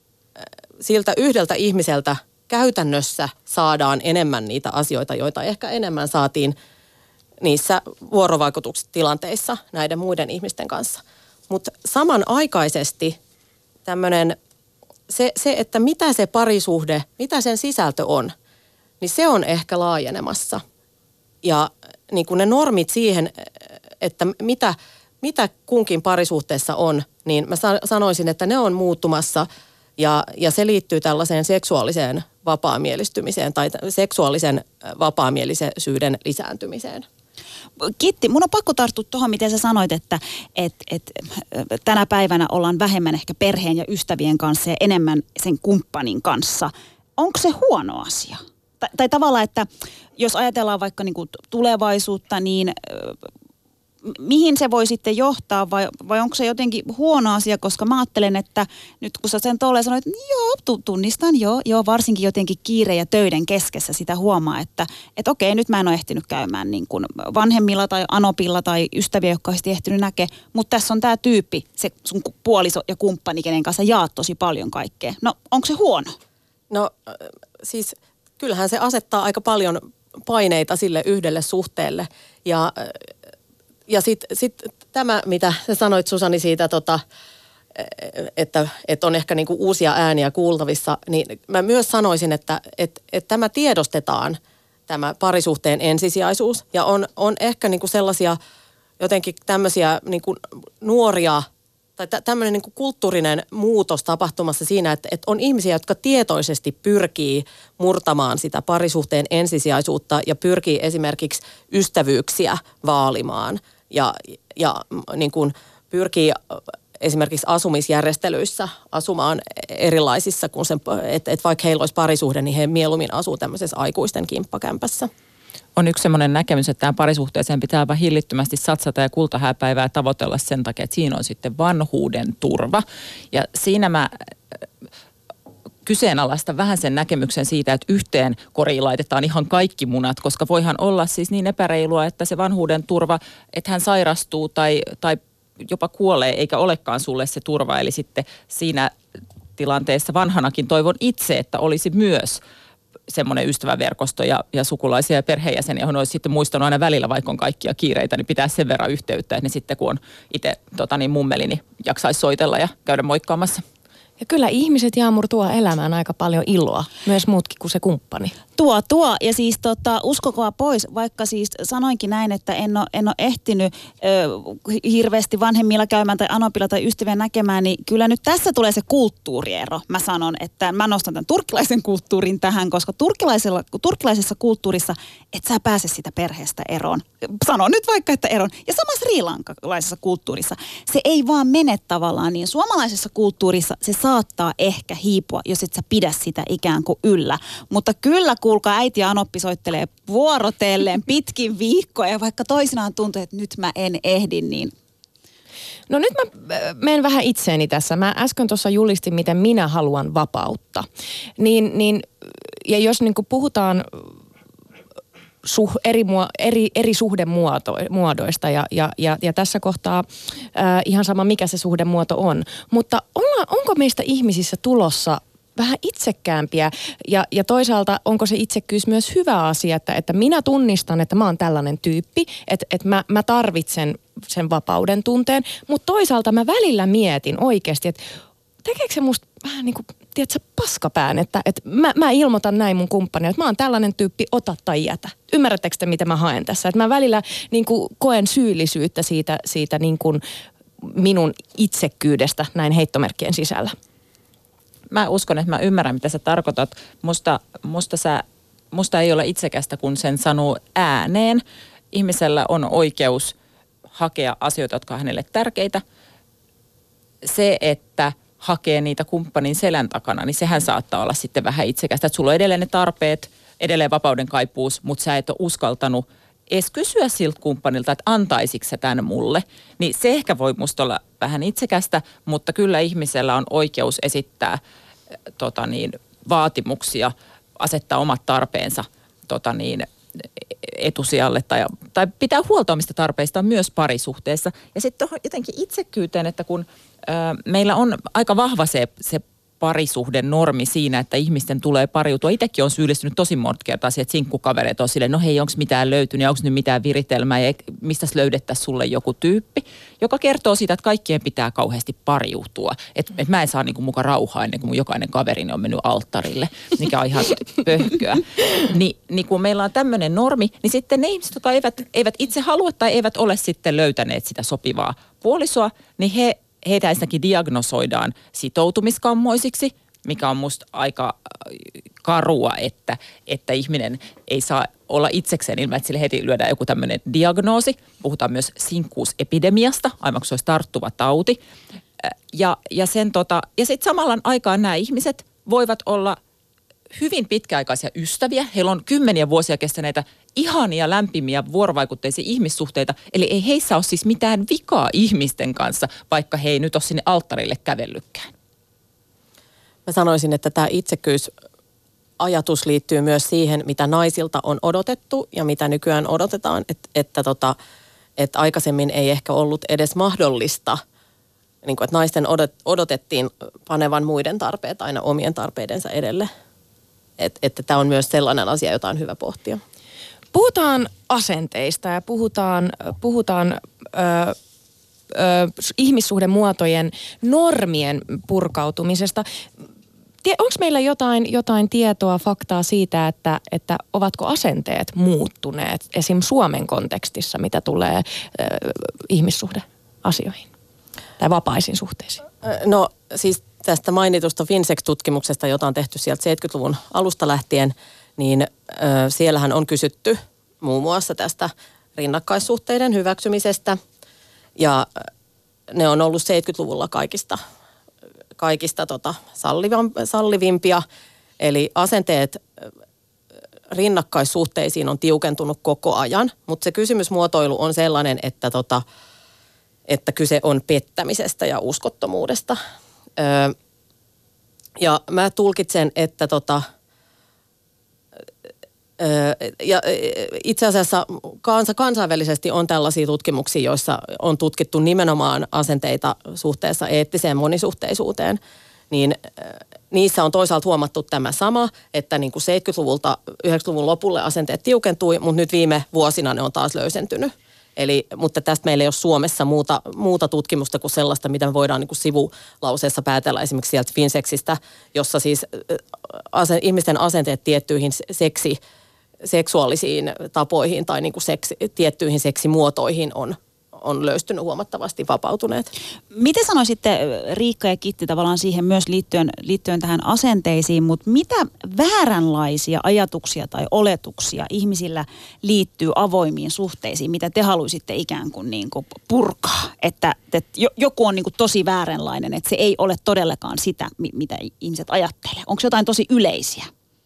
siltä yhdeltä ihmiseltä käytännössä saadaan enemmän niitä asioita, joita ehkä enemmän saatiin niissä vuorovaikutustilanteissa näiden muiden ihmisten kanssa. Mutta samanaikaisesti tämmöinen, se, se, että mitä se parisuhde, mitä sen sisältö on, niin se on ehkä laajenemassa. Ja niin kuin ne normit siihen, että mitä, mitä kunkin parisuhteessa on, niin mä sanoisin, että ne on muuttumassa ja, ja se liittyy tällaiseen seksuaaliseen vapaamielistymiseen tai seksuaalisen vapaamielisyyden lisääntymiseen. Kitti, mun on pakko tarttua tuohon, miten sä sanoit, että et, et, tänä päivänä ollaan vähemmän ehkä perheen ja ystävien kanssa ja enemmän sen kumppanin kanssa. Onko se huono asia? Tai, tai tavallaan, että jos ajatellaan vaikka niinku tulevaisuutta, niin mihin se voi sitten johtaa vai, vai onko se jotenkin huono asia, koska mä ajattelen, että nyt kun sä sen tolleen sanoit, että joo, tunnistan, joo, joo, varsinkin jotenkin kiire ja töiden keskessä sitä huomaa, että et okei, nyt mä en ole ehtinyt käymään niin kuin vanhemmilla tai anopilla tai ystäviä, jotka olisi ehtinyt näkeä, mutta tässä on tämä tyyppi, se sun puoliso ja kumppani, kenen kanssa jaat tosi paljon kaikkea. No, onko se huono? No siis kyllähän se asettaa aika paljon paineita sille yhdelle suhteelle ja Ja sitten sit tämä, mitä sä sanoit Susani siitä, tota, että, että on ehkä niinku uusia ääniä kuultavissa, niin mä myös sanoisin, että, että, että tämä tiedostetaan, tämä parisuhteen ensisijaisuus. Ja on, on ehkä niinku sellaisia jotenkin tämmöisiä niinku nuoria tai tämmöinen niinku kulttuurinen muutos tapahtumassa siinä, että, että on ihmisiä, jotka tietoisesti pyrkii murtamaan sitä parisuhteen ensisijaisuutta ja pyrkii esimerkiksi ystävyyksiä vaalimaan. Ja, ja niin kuin pyrkii esimerkiksi asumisjärjestelyissä asumaan erilaisissa, kun sen, että et vaikka heillä olisi parisuhde, niin he mieluummin asuu tämmöisessä aikuisten kimppakämpässä. On yksi semmoinen näkemys, että tähän parisuhteeseen pitää vain hillittömästi satsata ja kultahääpäivää tavoitella sen takia, että siinä on sitten vanhuuden turva. Ja siinä mä kyseenalaista vähän sen näkemyksen siitä, että yhteen koriin laitetaan ihan kaikki munat, koska voihan olla siis niin epäreilua, että se vanhuuden turva, että hän sairastuu tai, tai jopa kuolee, eikä olekaan sulle se turva. Eli sitten siinä tilanteessa vanhanakin toivon itse, että olisi myös semmoinen ystäväverkosto ja, ja sukulaisia ja perheenjäseniä, johon olisi sitten muistanut aina välillä, vaikka on kaikkia kiireitä, niin pitää sen verran yhteyttä, että ne sitten kun on itse tota niin, mummeli, niin jaksaisi soitella ja käydä moikkaamassa. Ja kyllä ihmiset, Jaamur, tuo elämään aika paljon iloa, myös muutkin kuin se kumppani. Tuo, tuo. Ja siis tota, uskokaa pois, vaikka siis sanoinkin näin, että en ole, en ole ehtinyt ö, hirveästi vanhemmilla käymään tai anopilla tai ystäviä näkemään, niin kyllä nyt tässä tulee se kulttuuriero. Mä sanon, että mä nostan tämän turkkilaisen kulttuurin tähän, koska turkkilaisella, turkkilaisessa kulttuurissa et sä pääse sitä perheestä eroon. Sanon nyt vaikka, että eroon. Ja sama srilankalaisessa kulttuurissa. Se ei vaan mene tavallaan niin. Suomalaisessa kulttuurissa se saattaa ehkä hiipua, jos et sä pidä sitä ikään kuin yllä. Mutta kyllä kuulkaa, äiti ja anoppi soittelee vuorotellen pitkin viikkoja ja vaikka toisinaan tuntuu, että nyt mä en ehdi, niin... No nyt mä menen vähän itseeni tässä. Mä äsken tuossa julistin, miten minä haluan vapautta. Niin, niin, ja jos niin kuin puhutaan suh, eri, eri, eri suhdemuodoista ja, ja, ja, ja tässä kohtaa äh, ihan sama mikä se suhdemuoto on. Mutta olla, onko meistä ihmisissä tulossa vähän itsekkäämpiä ja, ja toisaalta onko se itsekkyys myös hyvä asia, että, että minä tunnistan, että mä oon tällainen tyyppi, että, että mä, mä tarvitsen sen vapauden tunteen, mutta toisaalta mä välillä mietin oikeasti, että tekeekö se musta vähän niin kuin, tiedätkö, paskapään, että, että mä, mä ilmoitan näin mun kumppanille, että mä oon tällainen tyyppi, ota tai jätä. Ymmärrättekö te, mitä mä haen tässä? Että mä välillä niin kuin koen syyllisyyttä siitä, siitä niin kuin minun itsekkyydestä näin heittomerkkien sisällä. Mä uskon, että mä ymmärrän, mitä sä tarkoitat. Musta, musta, sä, musta ei ole itsekästä, kun sen sanoo ääneen. Ihmisellä on oikeus hakea asioita, jotka on hänelle tärkeitä. Se, että hakee niitä kumppanin selän takana, niin sehän saattaa olla sitten vähän itsekästä. Että sulla on edelleen ne tarpeet, edelleen vapauden kaipuus, mutta sä et ole uskaltanut edes kysyä siltä kumppanilta, että antaisitko sä tämän mulle. Niin se ehkä voi musta olla vähän itsekästä, mutta kyllä ihmisellä on oikeus esittää tota niin, vaatimuksia, asettaa omat tarpeensa tota niin, etusijalle tai, tai pitää huolta omista tarpeistaan myös parisuhteessa. Ja sitten jotenkin itsekkyyteen, että kun ö, meillä on aika vahva se, se parisuhden normi siinä, että ihmisten tulee pariutua. Itsekin on syyllistynyt tosi monta kertaa siihen, että sinkkukavereet on silleen, no hei, onko mitään löytynyt, onko nyt mitään viritelmää ja mistä löydettäisiin sulle joku tyyppi, joka kertoo siitä, että kaikkien pitää kauheasti pariutua. Että et mä en saa niinku muka rauhaa ennen kuin mun jokainen kaverini on mennyt alttarille, mikä on ihan pöhköä. Ni, niin kun meillä on tämmöinen normi, niin sitten ne ihmiset, jotka eivät, eivät itse halua tai eivät ole sitten löytäneet sitä sopivaa puolisoa, niin he heitä ensinnäkin diagnosoidaan sitoutumiskammoisiksi, mikä on musta aika karua, että, että ihminen ei saa olla itsekseen ilman, että sille heti lyödään joku tämmöinen diagnoosi. Puhutaan myös sinkkuusepidemiasta, aivan kun se olisi tarttuva tauti. Ja, ja, sen tota, ja sitten samalla aikaan nämä ihmiset voivat olla hyvin pitkäaikaisia ystäviä. Heillä on kymmeniä vuosia kestäneitä ihania, lämpimiä, vuorovaikutteisia ihmissuhteita. Eli ei heissä ole siis mitään vikaa ihmisten kanssa, vaikka he ei nyt ole sinne alttarille kävellykään. Mä sanoisin, että tämä itsekyysajatus liittyy myös siihen, mitä naisilta on odotettu ja mitä nykyään odotetaan. Että, että, tota, että aikaisemmin ei ehkä ollut edes mahdollista, niin kuin, että naisten odot, odotettiin panevan muiden tarpeet aina omien tarpeidensa edelle. Että, että tämä on myös sellainen asia, jota on hyvä pohtia. Puhutaan asenteista ja puhutaan, puhutaan ö, ö, ihmissuhdemuotojen normien purkautumisesta. Onko meillä jotain, jotain tietoa, faktaa siitä, että, että ovatko asenteet muuttuneet esim. Suomen kontekstissa, mitä tulee ö, ihmissuhdeasioihin tai vapaisiin suhteisiin? No siis tästä mainitusta Finsex-tutkimuksesta, jota on tehty sieltä seitsemänkymmentäluvun alusta lähtien, niin ö, siellähän on kysytty muun muassa tästä rinnakkaissuhteiden hyväksymisestä. Ja ne on ollut seitsemänkymmentäluvulla kaikista, kaikista tota, sallivimpia. Eli asenteet rinnakkaissuhteisiin on tiukentunut koko ajan, mutta se kysymysmuotoilu on sellainen, että, tota, että kyse on pettämisestä ja uskottomuudesta. Ö, ja mä tulkitsen, että tota, ja itse asiassa kansa, kansainvälisesti on tällaisia tutkimuksia, joissa on tutkittu nimenomaan asenteita suhteessa eettiseen monisuhteisuuteen, niin niissä on toisaalta huomattu tämä sama, että niin kuin seitsemänkymmentäluvulta yhdeksänkymmentäluvun lopulle asenteet tiukentui, mutta nyt viime vuosina ne on taas löysentynyt. Eli, mutta tästä meillä ei ole Suomessa muuta, muuta tutkimusta kuin sellaista, mitä me voidaan niin kuin sivulauseessa päätellä esimerkiksi sieltä Finsexistä, jossa siis ase, ihmisten asenteet tiettyihin seksi seksuaalisiin tapoihin tai niin kuin seksi, tiettyihin seksimuotoihin on, on löystynyt huomattavasti, vapautuneet. Miten sanoisitte, Riikka ja Kitti, tavallaan siihen myös liittyen, liittyen tähän asenteisiin, mutta mitä vääränlaisia ajatuksia tai oletuksia ihmisillä liittyy avoimiin suhteisiin, mitä te haluaisitte ikään kuin, niin kuin purkaa, että, että joku on niin kuin tosi vääränlainen, että se ei ole todellakaan sitä, mitä ihmiset ajattelee. Onko jotain tosi yleisiä?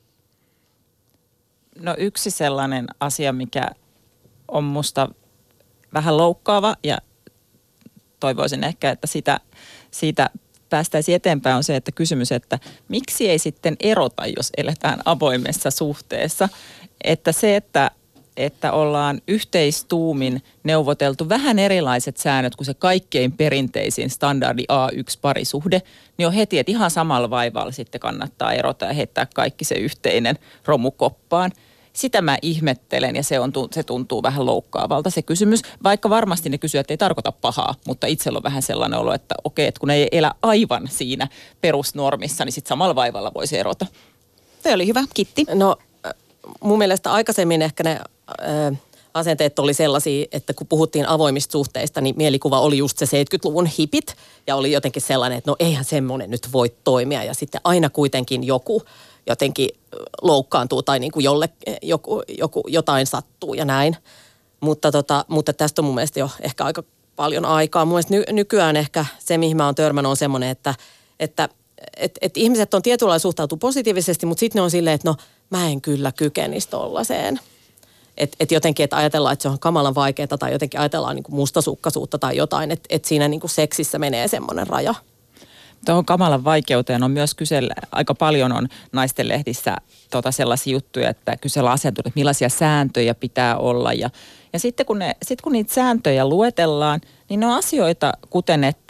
No yksi sellainen asia, mikä on musta vähän loukkaava ja toivoisin ehkä, että sitä, siitä päästäisiin eteenpäin on se, että kysymys, että miksi ei sitten erota, jos eletään avoimessa suhteessa. Että se, että, että ollaan yhteistuumin neuvoteltu vähän erilaiset säännöt kuin se kaikkein perinteisin standardi A yksi -parisuhde, niin on heti, että ihan samalla vaivalla sitten kannattaa erota ja heittää kaikki se yhteinen romukoppaan. Sitä mä ihmettelen ja se, on, se tuntuu vähän loukkaavalta se kysymys, vaikka varmasti ne kysyjät ei tarkoita pahaa, mutta itsellä on vähän sellainen olo, että okei, että kun ei elä aivan siinä perusnormissa, niin sitten samalla vaivalla voisi erota. Se oli hyvä, Kitti. No mun mielestä aikaisemmin ehkä ne äh, asenteet oli sellaisia, että kun puhuttiin avoimista suhteista, niin mielikuva oli just se seitsemänkymmentäluvun hipit ja oli jotenkin sellainen, että no eihän semmoinen nyt voi toimia ja sitten aina kuitenkin joku jotenkin loukkaantuu tai niin kuin jolle, joku, joku, jotain sattuu ja näin. Mutta, tota, mutta tästä on mun mielestä jo ehkä aika paljon aikaa. Mun mielestä ny, nykyään ehkä se, mihin mä oon törmännyt, on semmoinen, että, että et, et ihmiset on tietyllä lailla suhtautuu positiivisesti, mutta sitten ne on silleen, että no mä en kyllä kykenisi tollaiseen. Että et jotenkin, että ajatellaan, että se on kamalan vaikeaa tai jotenkin ajatellaan niin kuin mustasukkaisuutta tai jotain, että et siinä niin kuin seksissä menee semmoinen raja. Tuohon kamalan vaikeuteen on myös kysellä, aika paljon on naistenlehdissä tota sellaisia juttuja, että kysellä asiantuntijat, että millaisia sääntöjä pitää olla. Ja, ja sitten kun, ne, sit kun niitä sääntöjä luetellaan, niin ne on asioita kuten, että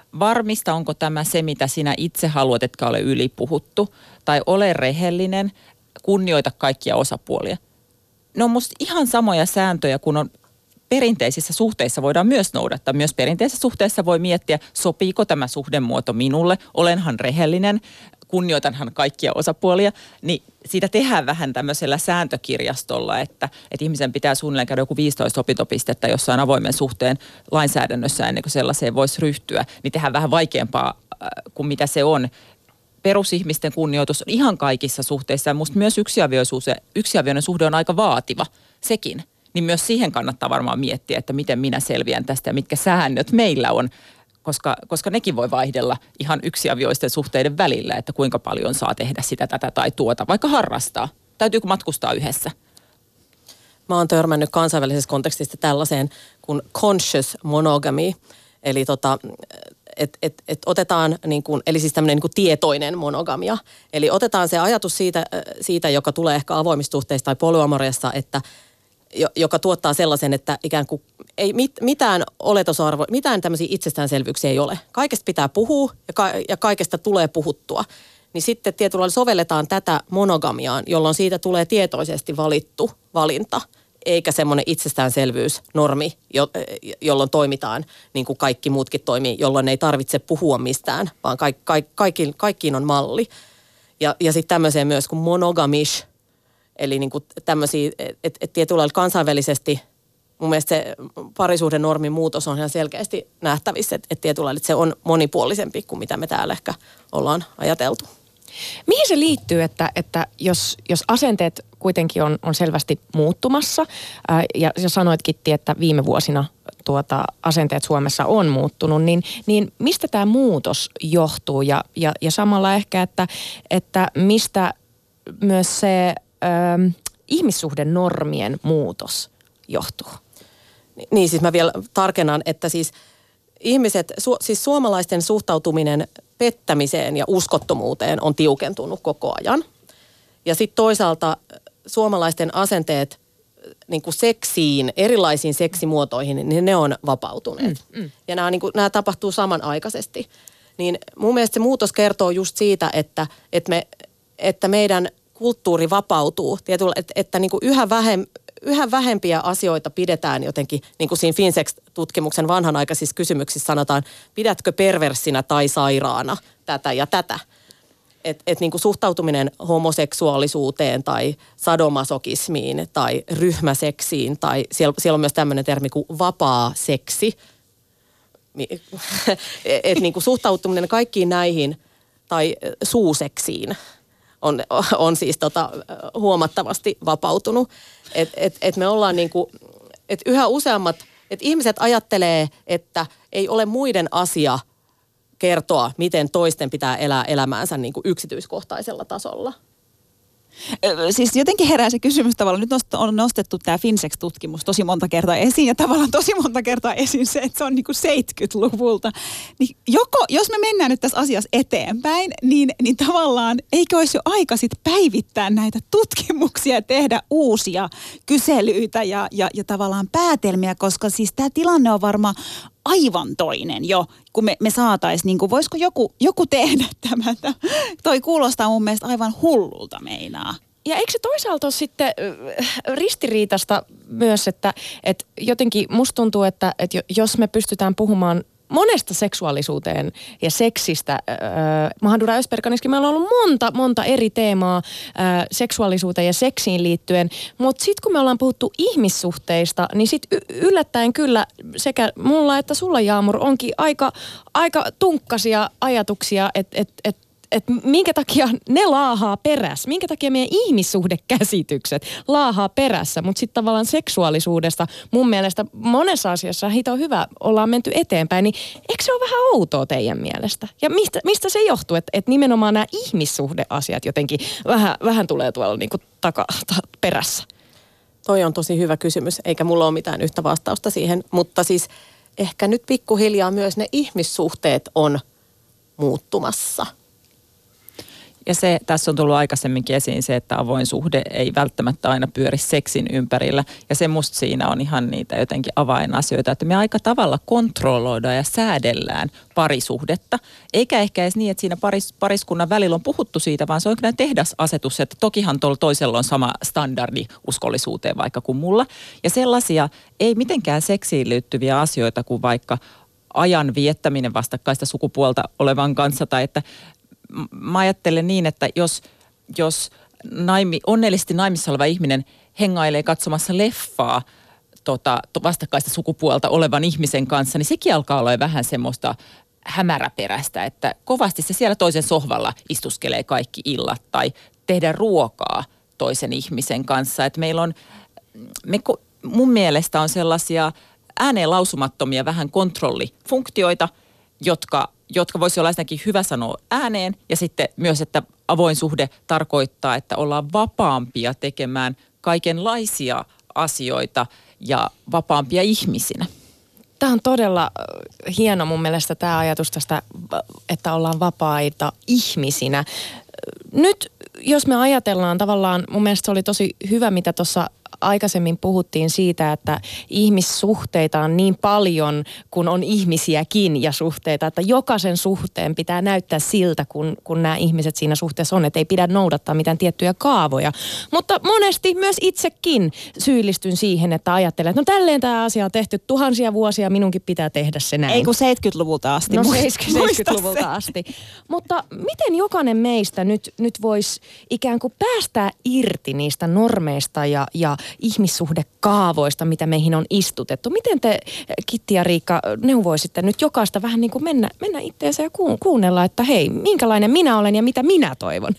varmista, onko tämä se, mitä sinä itse haluat, etkä ole ylipuhuttu, tai ole rehellinen, kunnioita kaikkia osapuolia. Ne on musta ihan samoja sääntöjä, kun on perinteisissä suhteissa voidaan myös noudattaa. Myös perinteisissä suhteissa voi miettiä, sopiiko tämä suhdemuoto minulle, olenhan rehellinen, kunnioitanhan kaikkia osapuolia, niin siitä tehdään vähän tämmöisellä sääntökirjastolla, että, että ihmisen pitää suunnilleen käydä joku viisitoista opintopistettä jossain avoimen suhteen lainsäädännössä ennen kuin sellaiseen voisi ryhtyä, niin tehdään vähän vaikeampaa äh, kuin mitä se on. Perusihmisten kunnioitus on ihan kaikissa suhteissa ja musta myös yksiavioinen suhde on aika vaativa, sekin. Niin myös siihen kannattaa varmaan miettiä, että miten minä selviän tästä ja mitkä säännöt meillä on, koska, koska nekin voi vaihdella ihan yksiavioisten suhteiden välillä, että kuinka paljon saa tehdä sitä, tätä tai tuota, vaikka harrastaa. Täytyykö matkustaa yhdessä? Mä oon törmännyt kansainvälisessä kontekstissa tällaiseen kuin conscious monogamy, eli tota, et, et, et otetaan, niin kuin, eli siis tämmöinen niin kuin tietoinen monogamia. Eli otetaan se ajatus siitä, siitä, joka tulee ehkä avoimista suhteista tai polyamoriassa, että joka tuottaa sellaisen, että ikään kuin ei mit, mitään oletusarvo, mitään tämmöisiä itsestäänselvyyksiä ei ole. Kaikesta pitää puhua ja, ka, ja kaikesta tulee puhuttua. Niin sitten tietyllä lailla sovelletaan tätä monogamiaan, jolloin siitä tulee tietoisesti valittu valinta, eikä semmoinen itsestäänselvyysnormi, jo, jolloin toimitaan niin kuin kaikki muutkin toimii, jolloin ei tarvitse puhua mistään, vaan ka, ka, kaikkiin, kaikkiin on malli. Ja, ja sitten tämmöiseen myös kuin monogamish, eli niin kuin tämmöisiä, että et tietyllä lailla kansainvälisesti mun mielestä se parisuhden normin muutos on ihan selkeästi nähtävissä, että et tietyllä lailla että se on monipuolisempi kuin mitä me täällä ehkä ollaan ajateltu. Mihin se liittyy, että, että jos, jos asenteet kuitenkin on, on selvästi muuttumassa, ää, ja, ja sanoitkin, että viime vuosina tuota, asenteet Suomessa on muuttunut, niin, niin mistä tämä muutos johtuu? Ja, ja, ja samalla ehkä, että, että mistä myös se ää, ihmissuhden normien muutos johtuu? Niin, siis mä vielä tarkennan, että siis ihmiset, su, siis suomalaisten suhtautuminen pettämiseen ja uskottomuuteen on tiukentunut koko ajan. Ja sitten toisaalta suomalaisten asenteet niin kuin seksiin, erilaisiin seksimuotoihin, niin ne on vapautuneet. Mm, mm. Ja nämä, niin kuin, nämä tapahtuu samanaikaisesti. Niin mun mielestä se muutos kertoo just siitä, että, että, me, että meidän kulttuuri vapautuu. Tietyllä, että, että niin kuin yhä vähemmän, Yhä vähempiä asioita pidetään jotenkin, niin kuin siinä Finsex-tutkimuksen vanhanaikaisissa kysymyksissä sanotaan, pidätkö perverssinä tai sairaana tätä ja tätä. Että et niin kuin suhtautuminen homoseksuaalisuuteen tai sadomasokismiin tai ryhmäseksiin tai siellä, siellä on myös tämmöinen termi kuin vapaa seksi. Että niin kuin suhtautuminen kaikkiin näihin tai suuseksiin on, on siis tota, huomattavasti vapautunut. Että et, et me ollaan niinku, että yhä useammat, että ihmiset ajattelee, että ei ole muiden asia kertoa, miten toisten pitää elää elämäänsä niinku yksityiskohtaisella tasolla. Siis jotenkin herää se kysymys tavallaan, nyt on nostettu tämä Finsex-tutkimus tosi monta kertaa esiin ja tavallaan tosi monta kertaa esiin se, että se on niinku seitsemänkymmentäluvulta. Niin joko, jos me mennään nyt tässä asiassa eteenpäin, niin, niin tavallaan eikö olisi jo aika sitten päivittää näitä tutkimuksia ja tehdä uusia kyselyitä ja, ja, ja tavallaan päätelmiä, koska siis tämä tilanne on varmaan aivan toinen jo, kun me, me saataisiin, niin kuin, voisiko joku, joku tehdä tämän? Toi kuulostaa mun mielestä aivan hullulta meinaa. Ja eikö se toisaalta ole sitten ristiriitasta myös, että, että jotenkin musta tuntuu, että, että jos me pystytään puhumaan monesta seksuaalisuuteen ja seksistä. Äh, Mahadura Özperkaniskin meillä on ollut monta, monta eri teemaa äh, seksuaalisuuteen ja seksiin liittyen, mutta sitten kun me ollaan puhuttu ihmissuhteista, niin sitten y- yllättäen kyllä sekä mulla että sulla, Jaamur, onkin aika, aika tunkkasia ajatuksia, että et, et, että minkä takia ne laahaa perässä, minkä takia meidän ihmissuhdekäsitykset laahaa perässä, mutta sitten tavallaan seksuaalisuudesta mun mielestä monessa asiassa hito hyvä, ollaan menty eteenpäin, niin eikö se ole vähän outoa teidän mielestä? Ja mistä, mistä se johtuu, että, että nimenomaan nämä ihmissuhdeasiat jotenkin vähän, vähän tulee tuolla niin kuin taka, ta, perässä? Toi on tosi hyvä kysymys, eikä mulla ole mitään yhtä vastausta siihen, mutta siis ehkä nyt pikkuhiljaa myös ne ihmissuhteet on muuttumassa. Ja se, tässä on tullut aikaisemminkin esiin se, että avoin suhde ei välttämättä aina pyöri seksin ympärillä. Ja se musta siinä on ihan niitä jotenkin avainasioita, että me aika tavalla kontrolloidaan ja säädellään parisuhdetta. Eikä ehkä edes niin, että siinä paris, pariskunnan välillä on puhuttu siitä, vaan se on kyllä tehdasasetus, että tokihan tuolla toisella on sama standardi uskollisuuteen vaikka kuin mulla. Ja sellaisia ei mitenkään seksiin liittyviä asioita kuin vaikka ajan viettäminen vastakkaista sukupuolta olevan kanssa, tai että mä ajattelen niin, että jos, jos naimi, onnellisesti naimissa oleva ihminen hengailee katsomassa leffaa tota, vastakkaista sukupuolta olevan ihmisen kanssa, niin sekin alkaa olla vähän semmoista hämäräperäistä, että kovasti se siellä toisen sohvalla istuskelee kaikki illat tai tehdä ruokaa toisen ihmisen kanssa. Että meillä on, me, mun mielestä on sellaisia ääneen lausumattomia vähän kontrollifunktioita, jotka, jotka voisi olla ensinnäkin hyvä sanoa ääneen ja sitten myös, että avoin suhde tarkoittaa, että ollaan vapaampia tekemään kaikenlaisia asioita ja vapaampia ihmisinä. Tämä on todella hieno mun mielestä tämä ajatus tästä, että ollaan vapaita ihmisinä. Nyt jos me ajatellaan tavallaan, mun mielestä se oli tosi hyvä, mitä tuossa aikaisemmin puhuttiin siitä, että ihmissuhteita on niin paljon, kun on ihmisiäkin ja suhteita, että jokaisen suhteen pitää näyttää siltä, kun, kun nämä ihmiset siinä suhteessa on, että ei pidä noudattaa mitään tiettyjä kaavoja. Mutta monesti myös itsekin syyllistyn siihen, että ajattelen, että no tälleen tämä asia on tehty tuhansia vuosia, minunkin pitää tehdä se näin. Ei kun seitsemänkymmentäluvulta asti. No seitsemänkymmentäluvulta asti. Mutta miten jokainen meistä nyt, nyt voisi ikään kuin päästää irti niistä normeista ja, ja ihmissuhdekaavoista, mitä meihin on istutettu. Miten te, Kitti ja Riikka, neuvoisitte nyt jokaista vähän niin kuin mennä, mennä itteensä ja kuunnella, että hei, minkälainen minä olen ja mitä minä toivon?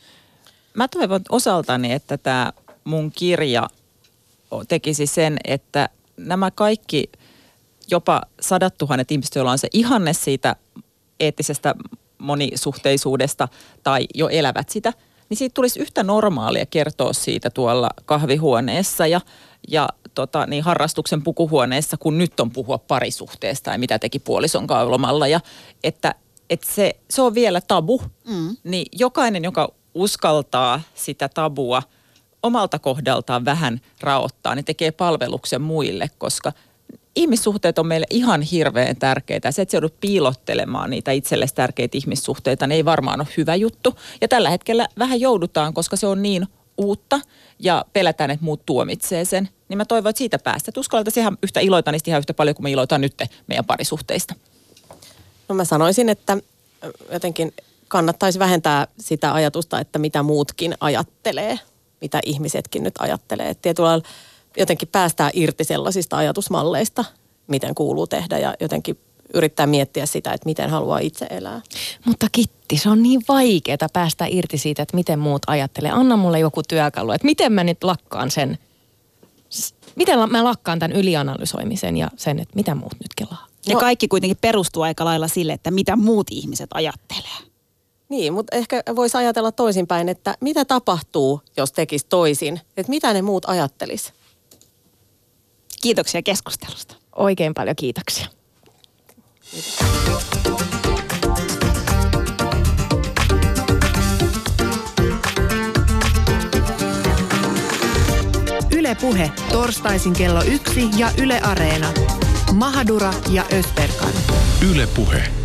Mä toivon osaltani, että tämä mun kirja tekisi sen, että nämä kaikki jopa sadat tuhannet ihmiset, joilla on se ihanne siitä eettisestä monisuhteisuudesta tai jo elävät sitä, niin siitä tulisi yhtä normaalia kertoa siitä tuolla kahvihuoneessa ja, ja tota, niin harrastuksen pukuhuoneessa, kun nyt on puhua parisuhteesta ja mitä teki puolison kaulomalla. Ja että, että se, se on vielä tabu, mm. niin jokainen, joka uskaltaa sitä tabua omalta kohdaltaan vähän raottaa, niin tekee palveluksen muille, koska ihmissuhteet on meille ihan hirveän tärkeitä. Se, että se joudut piilottelemaan niitä itsellesi tärkeitä ihmissuhteita, niin ei varmaan ole hyvä juttu. Ja tällä hetkellä vähän joudutaan, koska se on niin uutta ja pelätään, että muut tuomitsee sen. Niin mä toivon, että siitä päästä. Että uskaltaisiin ihan yhtä iloita niistä ihan yhtä paljon kuin me iloitaan nyt meidän parisuhteista. No mä sanoisin, että jotenkin kannattaisi vähentää sitä ajatusta, että mitä muutkin ajattelee, mitä ihmisetkin nyt ajattelee. Että tietyllä lailla jotenkin päästää irti sellaisista ajatusmalleista, miten kuuluu tehdä ja jotenkin yrittää miettiä sitä, että miten haluaa itse elää. Mutta Kitti, se on niin vaikeaa päästä irti siitä, että miten muut ajattelee. Anna mulle joku työkalu, että miten mä nyt lakkaan sen, miten mä lakkaan tämän ylianalysoimisen ja sen, että mitä muut nyt kelaa. Ja no, kaikki kuitenkin perustuu aika lailla sille, että mitä muut ihmiset ajattelee. Niin, mutta ehkä voisi ajatella toisinpäin, että mitä tapahtuu, jos tekisi toisin, että mitä ne muut ajattelis. Kiitoksia keskustelusta. Oikein paljon kiitoksia. Yle Puhe, torstaisin kello yksi ja Yle Areena. Mahadura ja Ösberkan. Yle Puhe.